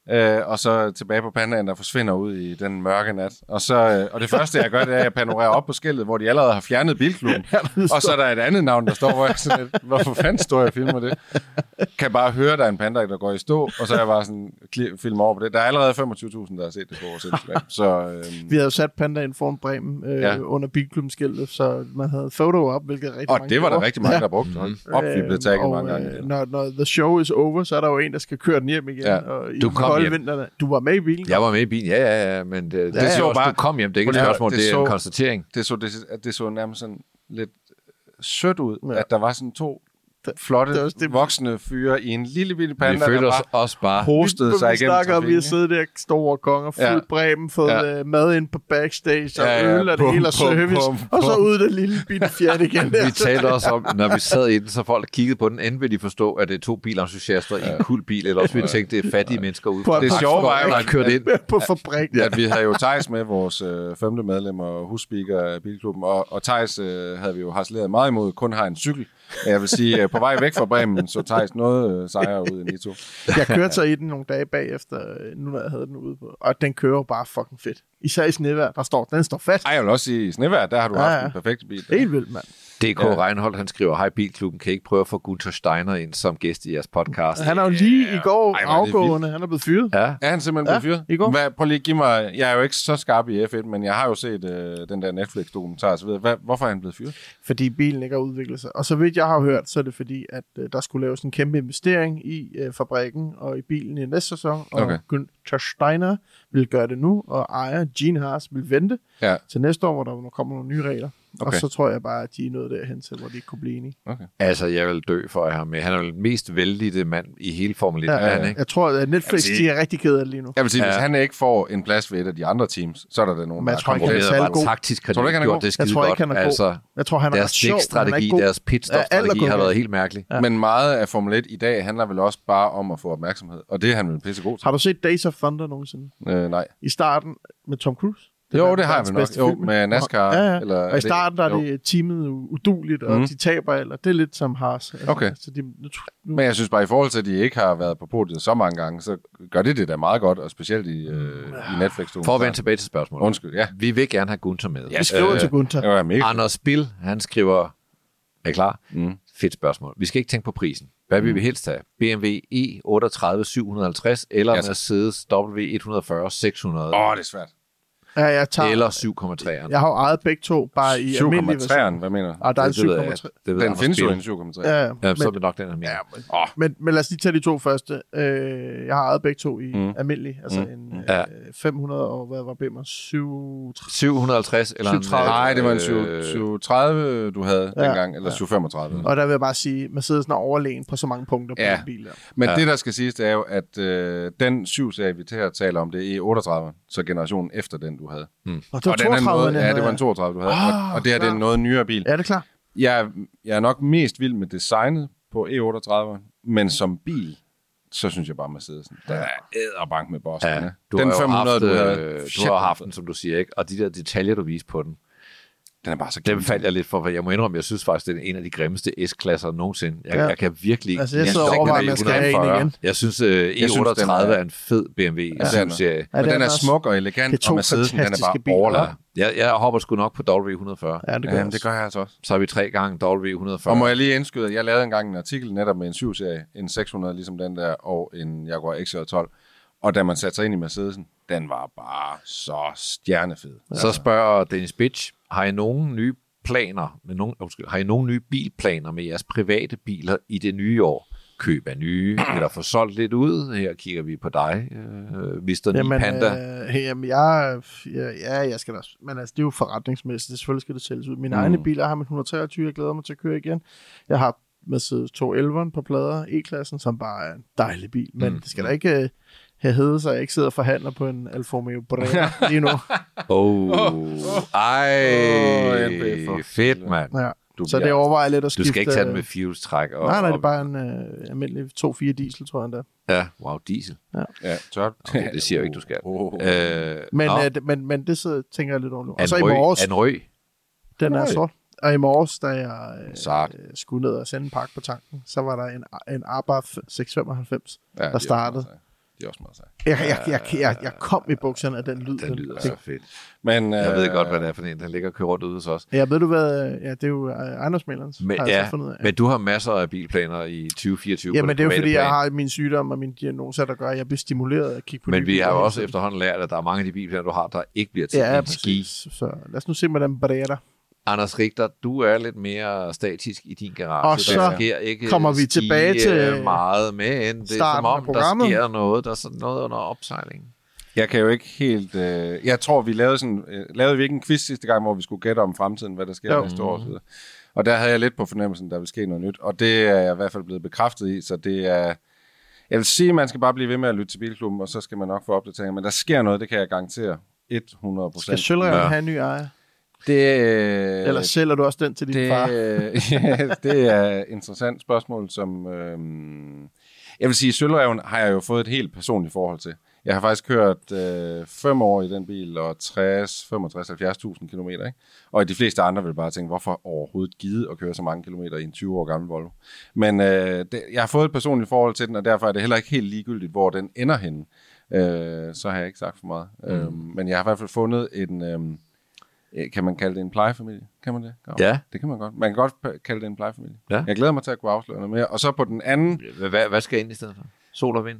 og så tilbage på pandaen, der forsvinder ud i den mørke nat. Og det første, jeg gør, det er, at jeg panorerer op på skiltet, hvor de allerede har fjernet Bilklubben. Og så er der et andet navn, der står, hvor jeg sådan lidt, hvorfor fanden står jeg og filmer det? Kan bare høre, der er en panda, der går i stå, og så er jeg bare sådan, filmer over på det. Der er allerede 25.000, der har set det på vores Instagram. Så, vi havde sat pandaen foran Bremen under Bilklubbens skiltet, så man havde foto op, hvilket rigtig mange det var der rigtig mange, der brugte. Vi blev tagget mange gange. Når the show is over, så er der jo en, der skal køre den hjem igen. Og du kom hjem. Vinterne. Du var med i bilen? Jeg var med i bilen, ja, men det så også, du kom hjem. Det er ikke et spørgsmål, det er en konstatering. Det så nærmest sådan lidt sødt ud, at der var sådan to flotte, voksne fyre i en lille bitte panda, der også bare hostede sig igennem trafikken. Vi har siddet der store konger, fuldt Bremen, fået mad ind på backstage, og øl og det hele og service, og så ud den lille bitte fjert igen. Vi talte også om, når vi sad i den, så folk kiggede på den, enten vil de forstå, at det er to bilentusiaster i en kul bil, eller også vil de tænke, det er fattige mennesker ude på det sjove var jo, at kørt ind på fabrikken. Ja, vi havde jo Theis med, vores 5. medlem og husspeaker af Bilklubben, og Theis havde vi jo harceleret meget imod, kun har en cykel. Jeg vil sige, på vej væk fra Bremen, så Theis noget sejre ud end I to. Jeg kørte så i den nogle dage bagefter, nu når jeg havde den ude på, og den kører bare fucking fedt. Især i snevejr, den står fast. Ej, jeg vil også sige, i snevejr, der har du haft en perfekt bil. Helt vildt, mand. DK Reinholdt, han skriver, hej Bilklubben, kan I ikke prøve at få Gunther Steiner ind som gæst i jeres podcast? Han er jo lige i går afgående, han er blevet fyret. Ja. Er han simpelthen blevet fyret? I går. Prøv lige at give mig, jeg er jo ikke så skarp i F1, men jeg har jo set den der Netflix-dokumentar og så videre. Hvorfor er han blevet fyret? Fordi bilen ikke har udviklet sig. Og så vidt jeg har hørt, så er det fordi, at der skulle laves en kæmpe investering i fabrikken og i bilen i næste sæson. Og Gunther Steiner vil gøre det nu, og ejer Gene Haas vil vente til næste år, hvor der kommer nogle nye regler. Og så tror jeg bare, at de er nået derhen til, hvor de ikke kunne blive enige. Altså, jeg vil dø for ham med. Han er den mest vældige mand i hele Formel 1. Han, jeg tror, at Netflix de er rigtig ked af det lige nu. Jeg vil sige, hvis han ikke får en plads ved et af de andre teams, så er der nogen, der kommer med. Jeg tror taktisk har de gjort det skide godt. Altså, jeg tror, han er deres dækstrategi, deres pitstop-strategi har været helt mærkelig. Men meget af Formel 1 i dag handler vel også bare om at få opmærksomhed. Og det er han vel pissegod til. Har du set Days of Thunder nogensinde? Nej. I starten med Tom Cruise? Jo, det har jeg vel nok. Jo, med NASCAR. Ja. Eller og i starten der er det teamet udueligt, og de taber, eller det er lidt som Haas. Okay. Så men jeg synes bare, i forhold til, at de ikke har været på podiet så mange gange, så gør det da meget godt, og specielt i Netflix. For at vende tilbage til spørgsmålet. Undskyld, ja. Vi vil gerne have Gunther med. Vi skriver til Gunther. Anders Bill, han skriver, er I klar? Fedt spørgsmål. Vi skal ikke tænke på prisen. Hvad vil vi helst have? BMW E38 750 eller Mercedes W140 600? Det er svært. Ja, jeg tager... Eller 7,3'eren. Jeg har jo ejet begge to, bare i almindelig version. 7,3'eren, hvad mener du? Ah, der er en 7,3. Den findes jo en 7,3. Ja, så er det nok den her mere. Men lad os lige tage de to første. Jeg har ejet begge to i almindelig. Altså en 500 og hvad var Bimmer? 750 eller 730. Nej, det var en 730, du havde dengang, eller 735. Og der vil jeg bare sige, Mercedes er overlegen på så mange punkter på den bil der. Men det, der skal siges, det er jo, at den 7-serie, vi taler om, det er E38, så generationen efter den, du havde. Og det var 32. Ja, det var en 32, du havde. Og det her det er en noget nyere bil. Ja, det er klart. Jeg er nok mest vild med designet på E38, men som bil, så synes jeg bare, Mercedesen, der er æderbank med bossen. Ja, den 500, du har haft den, som du siger, ikke? Og de der detaljer, du viste på den, den er bare så dem faldt jeg lidt for jeg må indrømme, jeg synes faktisk, det er en af de grimmeste S-klasser nogensinde. Jeg kan virkelig... Altså, jeg sidder overvejer, at jeg skal have en igen. Jeg synes, E38 er en fed BMW. Men den er smuk og elegant, og Mercedesen, den er bare overlaget. Jeg hopper sgu nok på W140. Ja, det gør jeg altså også. Så har vi 3 gange W140. Og må jeg lige indskyde, at jeg lavede engang en artikel netop med en 7-serie, en 600 ligesom den der, og en Jaguar XJ12. Og da man satte sig ind i Mercedesen, den var bare så stjernefed. Så spørger Dennis Bitch, har I nogen nye planer, har I nogen nye bilplaner med jeres private biler i det nye år? Køb af nye, eller få solgt lidt ud? Her kigger vi på dig, Mr. Panda. Jeg skal da... Men altså, det er jo forretningsmæssigt. Selvfølgelig skal det sælges ud. Mine egne biler har med 123, jeg glæder mig til at køre igen. Jeg har Mercedes 211'eren på plader, E-klassen, som bare er en dejlig bil. Men det skal da ikke have heddet sig, jeg ikke sidder og forhandler på en Alfa Romeo Brera lige nu. Fedt, mand. Ja. Så det overvejer lidt at skifte. Du skal ikke tage den med fuse-træk. Nej, det er bare en almindelig 2.4 diesel, tror jeg endda. Ja, wow, diesel. Ja, tørt. Okay, det siger jeg ikke, du skal. Men det så tænker jeg lidt over nu. Og så i morges... Den er sort. Og i morges, da jeg skulle ned og sende en pakke på tanken, så var der en Abarth 695, der startede. Det er også meget sejt. Jeg kom i bukserne af den lyd. Den lyder så fedt. Men, jeg ved godt, hvad det er for en. Den ligger og kører rundt ude hos os. Ja, ved du hvad? Ja, det er jo ejendomsmæglerens. Men du har masser af bilplaner i 2024. Ja, men det er jo fordi, jeg har min sygdom og min diagnose, der gør, at jeg bliver stimuleret at kigge på men vi har jo også efterhånden lært, at der er mange af de bilplaner, du har, der ikke bliver til en ski. Så lad os nu se, hvordan Brera. Anders Richter, du er lidt mere statisk i din garage. Og så der sker ikke kommer vi tilbage til meget med, det er som om, der sker noget, der er sådan noget under opsejlingen. Jeg kan jo ikke helt... jeg tror, vi lavede vi ikke en quiz sidste gang, hvor vi skulle gætte om fremtiden, hvad der sker næste år. Og der havde jeg lidt på fornemmelsen, der vil ske noget nyt. Og det er jeg i hvert fald blevet bekræftet i, så det er... Jeg vil sige, at man skal bare blive ved med at lytte til Bilklubben, og så skal man nok få opdateringer. Men der sker noget, det kan jeg garantere 100%. Skal Sølvreven have en ny ejer? Eller sælger du også den til din far? Det er et interessant spørgsmål, som... jeg vil sige, Sølvreven har jeg jo fået et helt personligt forhold til. Jeg har faktisk kørt 5 år i den bil, og 60, 65, 70.000 kilometer. Ikke? Og de fleste andre vil bare tænke, hvorfor overhovedet gide at køre så mange kilometer i en 20 år gammel Volvo. Men jeg har fået et personligt forhold til den, og derfor er det heller ikke helt ligegyldigt, hvor den ender henne. Så har jeg ikke sagt for meget. Men jeg har i hvert fald fundet en... kan man kalde det en plejefamilie? Kan man det? Ja. Det kan man godt. Man kan godt kalde det en plejefamilie. Ja. Jeg glæder mig til at kunne afsløre noget mere. Og så på den anden... Hvad skal ind i stedet for? Sol og vind?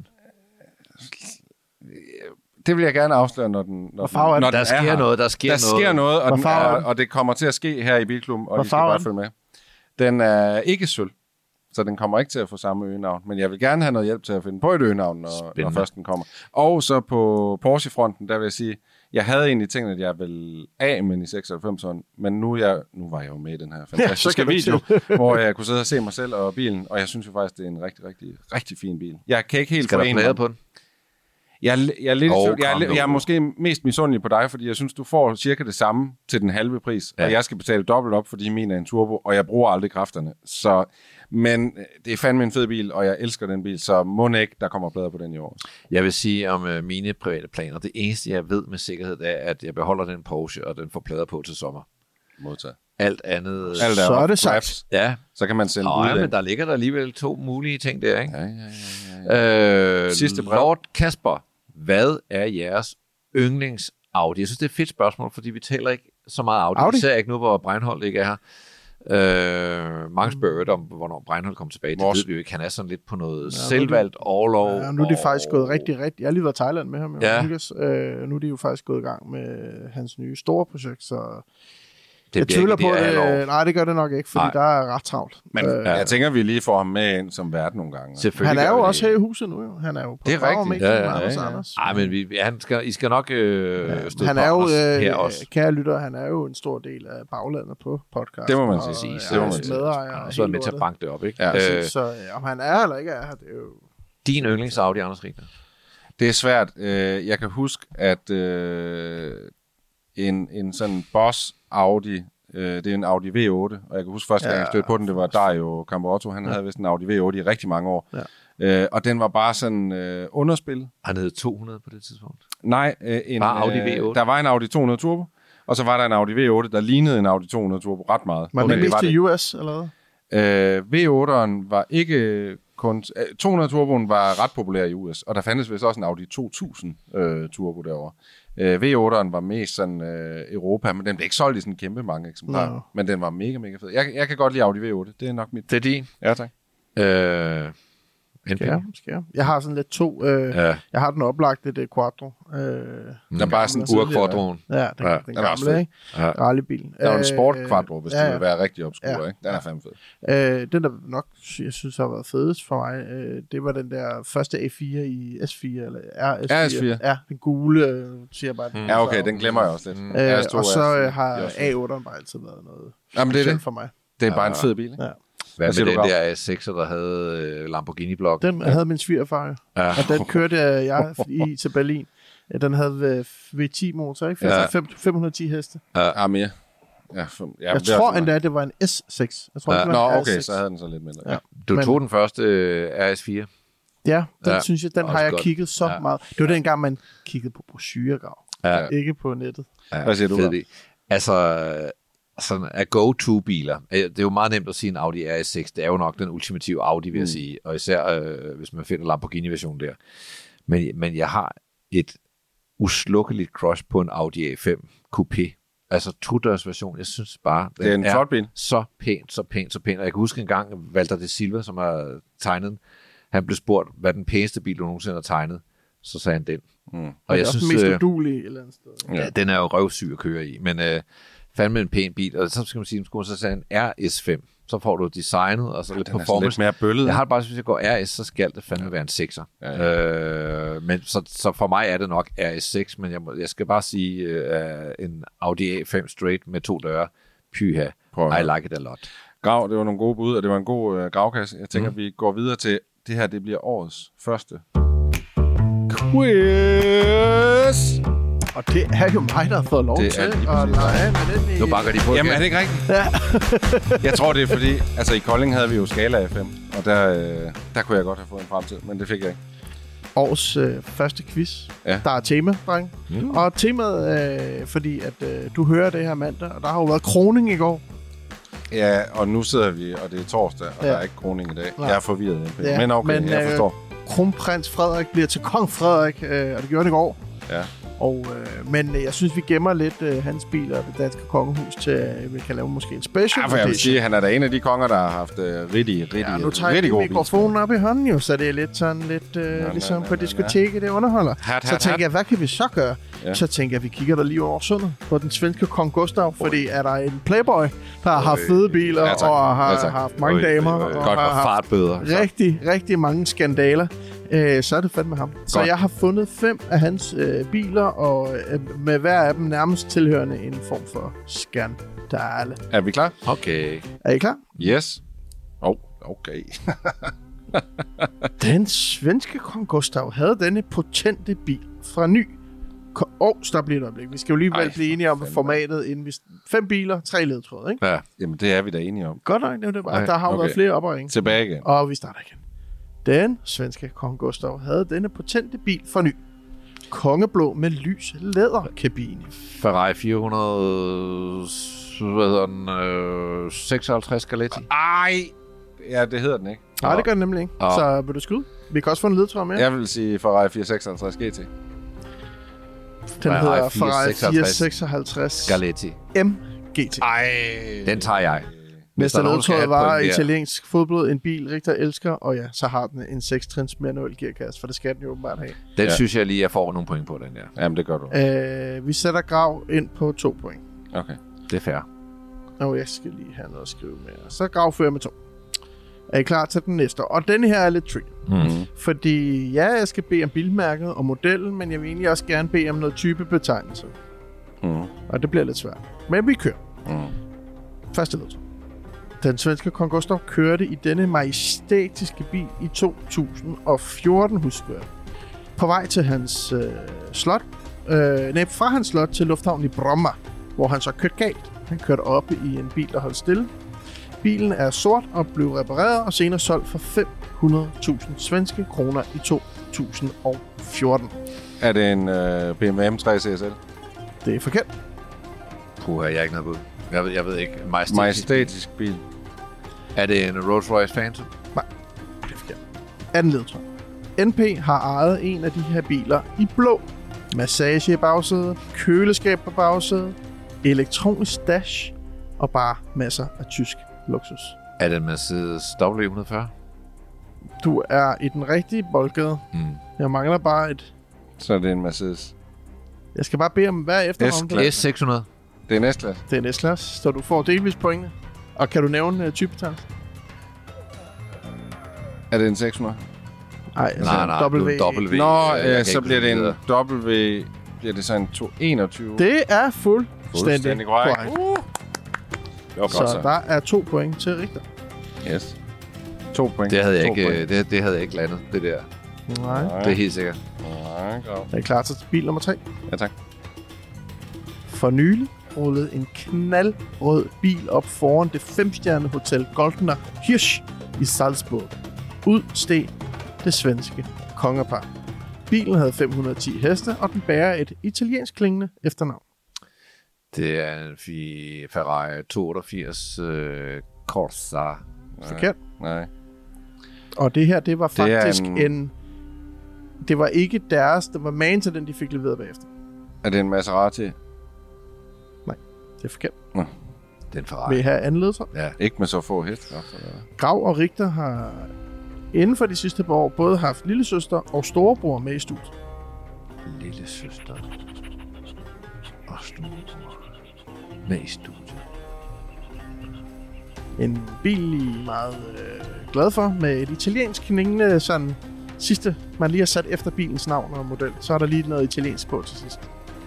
Det vil jeg gerne afsløre, når den der sker noget. Der sker noget, og det kommer til at ske her i Bilklubben, og I skal bare følge med. Den er ikke sølv, så den kommer ikke til at få samme øgenavn. Men jeg vil gerne have noget hjælp til at finde på et øgenavn, når først den kommer. Og så på Porsche-fronten, der vil jeg sige... Jeg havde egentlig tænkt, at jeg ville af med i 96'eren, men nu var jeg jo med i den her fantastiske video, hvor jeg kunne sidde og se mig selv og bilen, og jeg synes jo faktisk, det er en rigtig, rigtig, rigtig fin bil. Jeg kan ikke helt få en på den. Jeg er måske mest misundelig på dig, fordi jeg synes, du får cirka det samme til den halve pris, og jeg skal betale dobbelt op, fordi min er en turbo, og jeg bruger aldrig kræfterne. Men det er fandme en fed bil, og jeg elsker den bil, så må ikke, der kommer plader på den i år. Jeg vil sige om mine private planer, det eneste, jeg ved med sikkerhed, er, at jeg beholder den Porsche, og den får plader på til sommer. Modtaget. Alt andet... Så er det sagt. Ja. Så kan man sælge ud af. Men der ligger der alligevel 2 mulige ting der, ikke? Ja. Sidste brev. Lord Kasper, hvad er jeres yndlings Audi? Jeg synes, det er et fedt spørgsmål, fordi vi taler ikke så meget Audi. Især ikke nu, hvor Breinholt ikke er her. Mange spørger om, hvornår Breinholt kommer tilbage. Det ved vi jo ikke. Han er sådan lidt på noget selvvalgt overlov. Ja, nu er de faktisk gået rigtig. Jeg har lige været i Thailand med ham. Ja. Nu er de jo faktisk gået i gang med hans nye store projekt, så jeg tvivler på det. Nej, det gør det nok ikke, fordi der er ret travlt. Men jeg tænker, vi lige får ham med ind som vært nogle gange. Han er jo også her i huset nu. Jo. Han er jo på det er rigtigt. Ja. Men I skal nok støtte han er jo, her også. Kære lytter, han er jo en stor del af baglandet på podcast. Det må man sige. Det må man sige. Han har været med til at banke det op, ikke? Ja. Så om han er eller ikke er her, det er jo... Din yndlings Audi, Anders Riegner? Det er svært. Jeg kan huske, at en sådan Boss Audi, det er en Audi V8, og jeg kan huske første gang, jeg stødte på den, det var Dario Camporotto. Han havde vist en Audi V8 i rigtig mange år. Ja. Og den var bare sådan underspillet. Han hed 200 på det tidspunkt? Nej, Audi V8. Der var en Audi 200 Turbo, og så var der en Audi V8, der lignede en Audi 200 Turbo ret meget. Var det mest til US, eller hvad? V8'eren var ikke kun... 200 Turboen var ret populær i US, og der fandtes vist også en Audi 2000 Turbo derovre. V8'eren var mest sådan Europa, men den blev ikke solgt i sådan kæmpe mange eksemplarer. Men den var mega, mega fed. Jeg kan godt lide Audi V8. Det er nok mit... Det er din? Ja, tak. Jeg har sådan lidt to... Jeg har den oplagte, det er Quattro. Der er bare sådan en Ur-Quattroen. Ja, den gamle, ikke? Rallybilen. Der er en Sport Quattro, hvis det vil være rigtig obskur, ikke? Den er fandme fed. Den, der nok, jeg synes, har været fedest for mig, det var den der første A4 i S4, eller RS4. Ja, den gule, siger bare... Ja, okay, den glemmer jeg også lidt. Og så har A8'eren bare altid været noget specielt for mig. Det er bare en fed bil, ikke? Ja. Hvad med den der A6'er, der havde Lamborghini-blok? Den havde min svigerfar, og den kørte jeg i til Berlin. Den havde V10-motor, ikke? 510 heste. Ja, mere. Jeg tror endda, det var en S6. Jeg tror, det var en okay, R6. så havde den så lidt mindre. Ja. Du tog den første RS4? Ja, den synes jeg, den har jeg kigget så meget. Det var dengang, man kiggede på brochuregrav. Ikke på nettet. Hvad siger du? Altså... Sådan af go-to-biler. Det er jo meget nemt at sige en Audi RS6. Det er jo nok den ultimative Audi, vil jeg sige. Og især, hvis man finder Lamborghini-version der. Men jeg har et uslukkeligt crush på en Audi A5 Coupé. Altså to-dørs version. Jeg synes bare, det er en flot bil. Så pænt. Og jeg kan huske en gang, Walter de Silva, som har tegnet den, han blev spurgt, hvad den pæneste bil, du nogensinde har tegnet. Så sagde han den. Og jeg synes, mest uduelig et eller andet sted. Ja, den er jo røvsyg at køre i. Men... fandme en pæn bil, og så skal man sige, så sagde en RS5, så får du designet, og så lidt performance. Lidt mere bøllet. Jeg har bare, hvis jeg går RS, så skal det fandme være en 6'er. Ja. Men så for mig er det nok RS6, men jeg skal bare sige, en Audi A5 straight med 2 døre, pyha, I like it a lot. Grav, det var nogle gode bud, og det var en god gravkasse. Jeg tænker, vi går videre til, det her, det bliver årets første quiz. Og det er jo mig, der har fået lov til at lege med den i... Nu bakker de på. Jamen, er det ikke rigtigt? Ja. Jeg tror, det er fordi... Altså, i Kolding havde vi jo Skala FM, og der kunne jeg godt have fået en fremtid, men det fik jeg ikke. Årets første quiz. Ja. Der er tema, dreng. Og temaet, fordi at du hører det her mandag, og der har jo været kroning i går. Ja, og nu sidder vi, og det er torsdag, og der er ikke kroning i dag. Nej. Jeg er forvirret. Ja, men okay, jeg forstår. Kronprins Frederik bliver til kong Frederik, og det gjorde det i går. Ja. Og, men jeg synes, vi gemmer lidt hans biler og det danske kongehus til, vi kan lave måske en special. Ja, for jeg vil sige, han er da en af de konger, der har haft rigtig gode biler. Nu tager jeg mikrofonen op i hånden jo, så det er lidt sådan ligesom på diskoteket, det underholder. Så tænker jeg, hvad kan vi så gøre? Ja. Så tænker jeg, vi kigger der lige over sundet på den svenske kong Gustav, fordi er der en playboy, der har haft fede biler og har haft mange damer og har haft rigtig mange skandaler. Så er det fandme ham. Så jeg har fundet 5 af hans biler, og med hver af dem nærmest tilhørende en form for skandale. Er vi klar? Okay. Er I klar? Yes. Okay. Den svenske kong Gustav havde denne potente bil fra ny. Stop lige et øjeblik. Vi skal jo lige blive enige om formatet, inden vi... 5 biler, 3 ledtråde, ikke? Ja, jamen det er vi da enige om. Godt nok, det er bare. Der har jo været flere opringninger. Tilbage igen. Og vi starter igen. Den svenske kong Gustav havde denne potente bil fra ny. Kongeblå med lys læderkabine. Ferrari 456 Galetti. Ej! Ja, det hedder den ikke. Nej, det gør den nemlig ikke. Så vil du skyde? Vi kan også få en ledtråd mere. Jeg vil sige Ferrari 456 GT. Den hedder Ferrari 456 Galetti. MGT. Ej! Den tager jeg. Næste ledtråd var italiensk fodblod, en bil, Richter elsker, og ja, så har den en 6-trins manuel gearkasse, for det skal den jo åbenbart have. Den synes jeg lige, jeg får nogle point på, den der. Jamen, det gør du. Vi sætter Grav ind på 2 point. Okay. Det er fair. Og jeg skal lige have noget at skrive med. Så Grav fører med 2. Er I klar til den næste? Og den her er lidt tricky. Fordi ja, jeg skal bede om bilmærket og modellen, men jeg vil egentlig også gerne bede om noget typebetegnelse. Og det bliver lidt svært. Men vi kører. Første ledtråd. Den svenske Kong Gustav kørte i denne majestætiske bil i 2014, husker jeg. På vej til hans slot. Fra hans slot til lufthavnen i Bromma, hvor han så kørte galt. Han kørte op i en bil, der holdt stille. Bilen er sort og blev repareret og senere solgt for 500.000 svenske kroner i 2014. Er det en BMW M3 CSL? Det er forkert. Puh, jeg er ikke noget bud. Jeg ved ikke. Majestætisk bil. Er det en Rolls-Royce Phantom? Nej, det er forkert. Anden ledtråd. NP har ejet en af de her biler i blå. Massage i bagsædet, køleskab på bagsædet, elektronisk dash og bare masser af tysk luksus. Er det en Mercedes W140? Du er i den rigtige boldgade. Jeg mangler bare et... Så er det en Mercedes. Jeg skal bare bede om, hvad er efternavnet? S600. Det er en S-klasse. Det er en S-klasse, så du får delvis pointene. Og kan du nævne typebetegnelse? Er det en 600? Nej, W. Nå, så bliver det en W. Bliver det så en 221? Det er fuldstændig korrekt. Så der er 2 point til Richter. Yes. 2 point. Det havde jeg ikke, det havde jeg ikke landet, det der. Nej. Det er helt sikkert. Nej, Grav. Er I klar til bil nummer 3? Ja, tak. For nylig rullede en knaldrød bil op foran det 5-stjernede hotel Goldner Hirsch i Salzburg. Udsteg det svenske kongepar. Bilen havde 510 heste, og den bærer et italiensk klingende efternavn. Det er en Ferrari 288 Corsa. Forkert. Nej. Og det her, det var faktisk det var ikke deres, det var magen til den, de fik leveret bagefter. Er det en Maserati? Nej, det er forkert. Det er en Ferrari. Vil I have anden ledtråd? Ja. Ikke med så få hestekræfter. Grav og Richter har inden for de sidste par år både haft lillesøster og storebror med i studiet. Lillesøster og storebror med i studiet. En bil, I er meget glad for, med et italiensk klingende sådan sidste, man lige har sat efter bilens navn og model. Så er der lige noget italiensk på til sidst.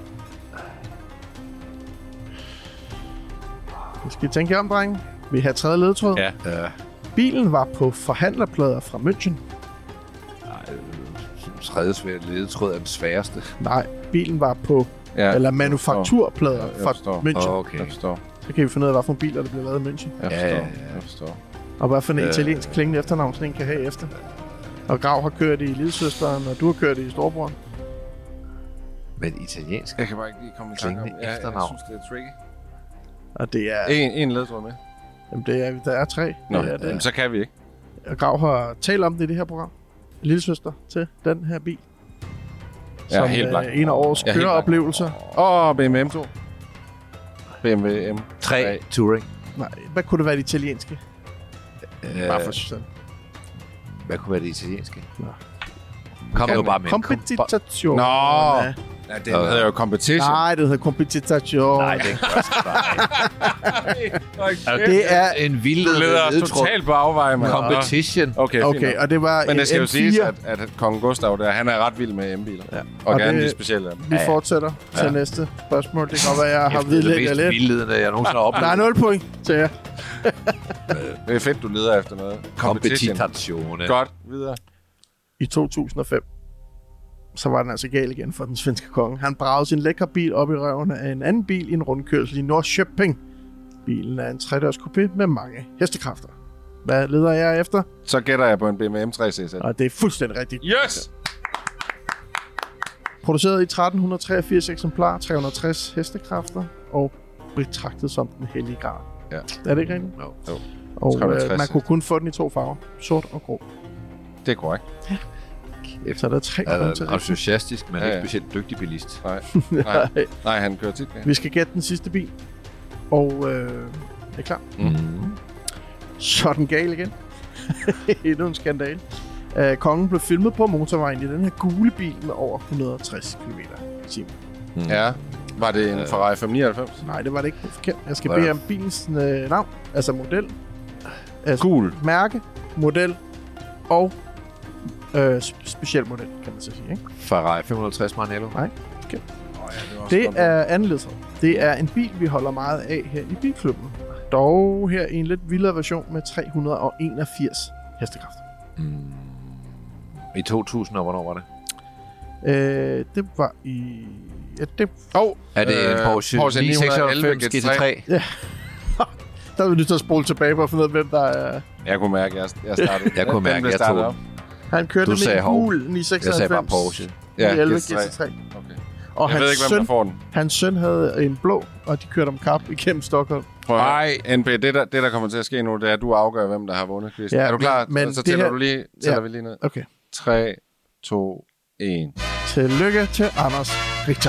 Skal I tænke jer om, drenge? Vi har 3. ledtråd. Ja. Bilen var på forhandlerplader fra München. Tredje ledetråd er den sværeste. Nej, bilen var på eller manufakturplader fra München. Okay. Jeg forstår. Så kan vi finde ud af, hvad for en biler, der bliver lavet i München. Jeg forstår. Og hvad for en italiensk klingende efternavn, sådan en kan have efter. Og Grav har kørt i lillesøsteren, og du har kørt i storebroren. Men italiensk? Jeg kan bare ikke lige komme i tanke om. Jeg synes, det er tricky. Og det er... En ledtråd med. Jamen, der er 3. Nå, jamen, så kan vi ikke. Og Grav har talt om det i det her program. Lillesøster til den her bil. Ja, som helt blank. En af årets køreoplevelser. BMW M2. BMW M3 Touring. Nej, hvad kunne det være det italienske? Bare for sådan. Hvad kunne være det italienske? Nå. Kom nu bare med. Competitation. Nå! Ja, det hedder jo competition. Nej, det hedder competitation. Nej, det er ikke. Det er en vildled. Du leder totalt på afveje, man. Competition. Okay, og det var men det skal M4. jo siges, at Kong Gustav der, han er ret vild med M-biler. Ja. Og gerne de specielle af dem. Vi fortsætter til næste spørgsmål. Det kan godt være, jeg har vildledt lidt. Det er det mest vildledende, jeg nogensinde har oplevet. Der er 0 point til jer. Det er fedt, du leder efter noget. Competition. Godt, videre. I 2005, så var den altså gal igen for den svenske konge. Han bragede sin lækre bil op i røven af en anden bil i en rundkørsel i Norrköping. Bilen er en 3-dørs coupé med mange hestekræfter. Hvad leder jeg efter? Så gætter jeg på en BMW M3 CSL. Og det er fuldstændig rigtigt. Yes! Produceret i 1383 eksemplarer, 360 hestekræfter og betragtet som den hellige gral. Ja. Er det ikke rigtigt? Jo. Og man kunne kun få den i 2 farver. Sort og grå. Det er korrekt. Ja. Så der er 3 punkter til. Entusiastisk, men ikke specielt dygtig bilist. Nej, han kører tit. Vi skal gætte den sidste bil. Og er I klar? Så er den gal igen. Endnu en skandale. Kongen blev filmet på motorvejen i den her gule bil med over 160 km/t. Ja. Var det en Ferrari 599? Nej, det var det ikke. Forkert. Jeg skal bede om bilens navn, altså model. Altså Gul. Mærke, model og speciel model, kan man så sige, ikke? Ferrari 550 Maranello. Nej, forkert. Det er anden ledtråd. Det er en bil, vi holder meget af her i Bilklubben. Dog her i en lidt vildere version med 381 hestekræfter. I 2000, og hvornår var det? Det var i... Ja, det... Er det en Porsche 996 GT3? Ja. Der er vi nødt til at spole tilbage på at finde ud af, hvem der er... Jeg kunne mærke, jeg startede. Jeg kunne mærke, jeg tog den. Han kørte med en gul 996. Jeg sagde bare Porsche. Ja, GT3. Okay. Og jeg ved ikke, hvem der får den. Hans søn havde en blå, og de kørte om kap igennem Stockholm. Nej, NP, det der kommer til at ske nu, det er, at du afgør, hvem der har vundet quizzen. Ja, er du klar? Men så tæller vi lige ned. Okay. 3, 2, 1. Tillykke til Anders Richter.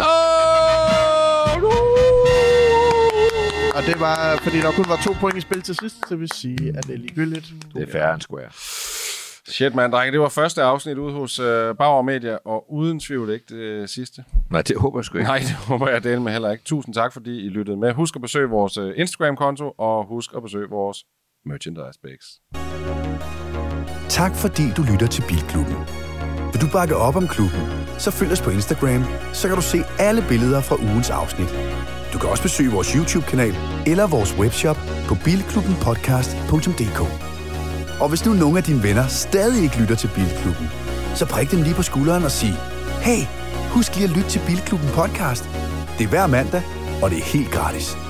Og det var, fordi der kun var 2 point i spil til sidst, så vil sige, at det er ligegyldigt. Det er fair and square. Shit, man, drenge. Det var første afsnit ude hos Bauer Media, og uden tvivl ikke det sidste. Nej, det håber jeg sgu ikke. Nej, det håber jeg dele med heller ikke. Tusind tak, fordi I lyttede med. Husk at besøge vores Instagram-konto, og husk at besøge vores merchandise bags. Tak fordi du lytter til Bilklubben. Vil du bakke op om klubben, så følg os på Instagram, så kan du se alle billeder fra ugens afsnit. Du kan også besøge vores YouTube-kanal eller vores webshop på bilklubbenpodcast.dk. Og hvis nu nogle af dine venner stadig ikke lytter til Bilklubben, så prik dem lige på skulderen og sig: hey, husk lige at lytte til Bilklubben podcast. Det er hver mandag, og det er helt gratis.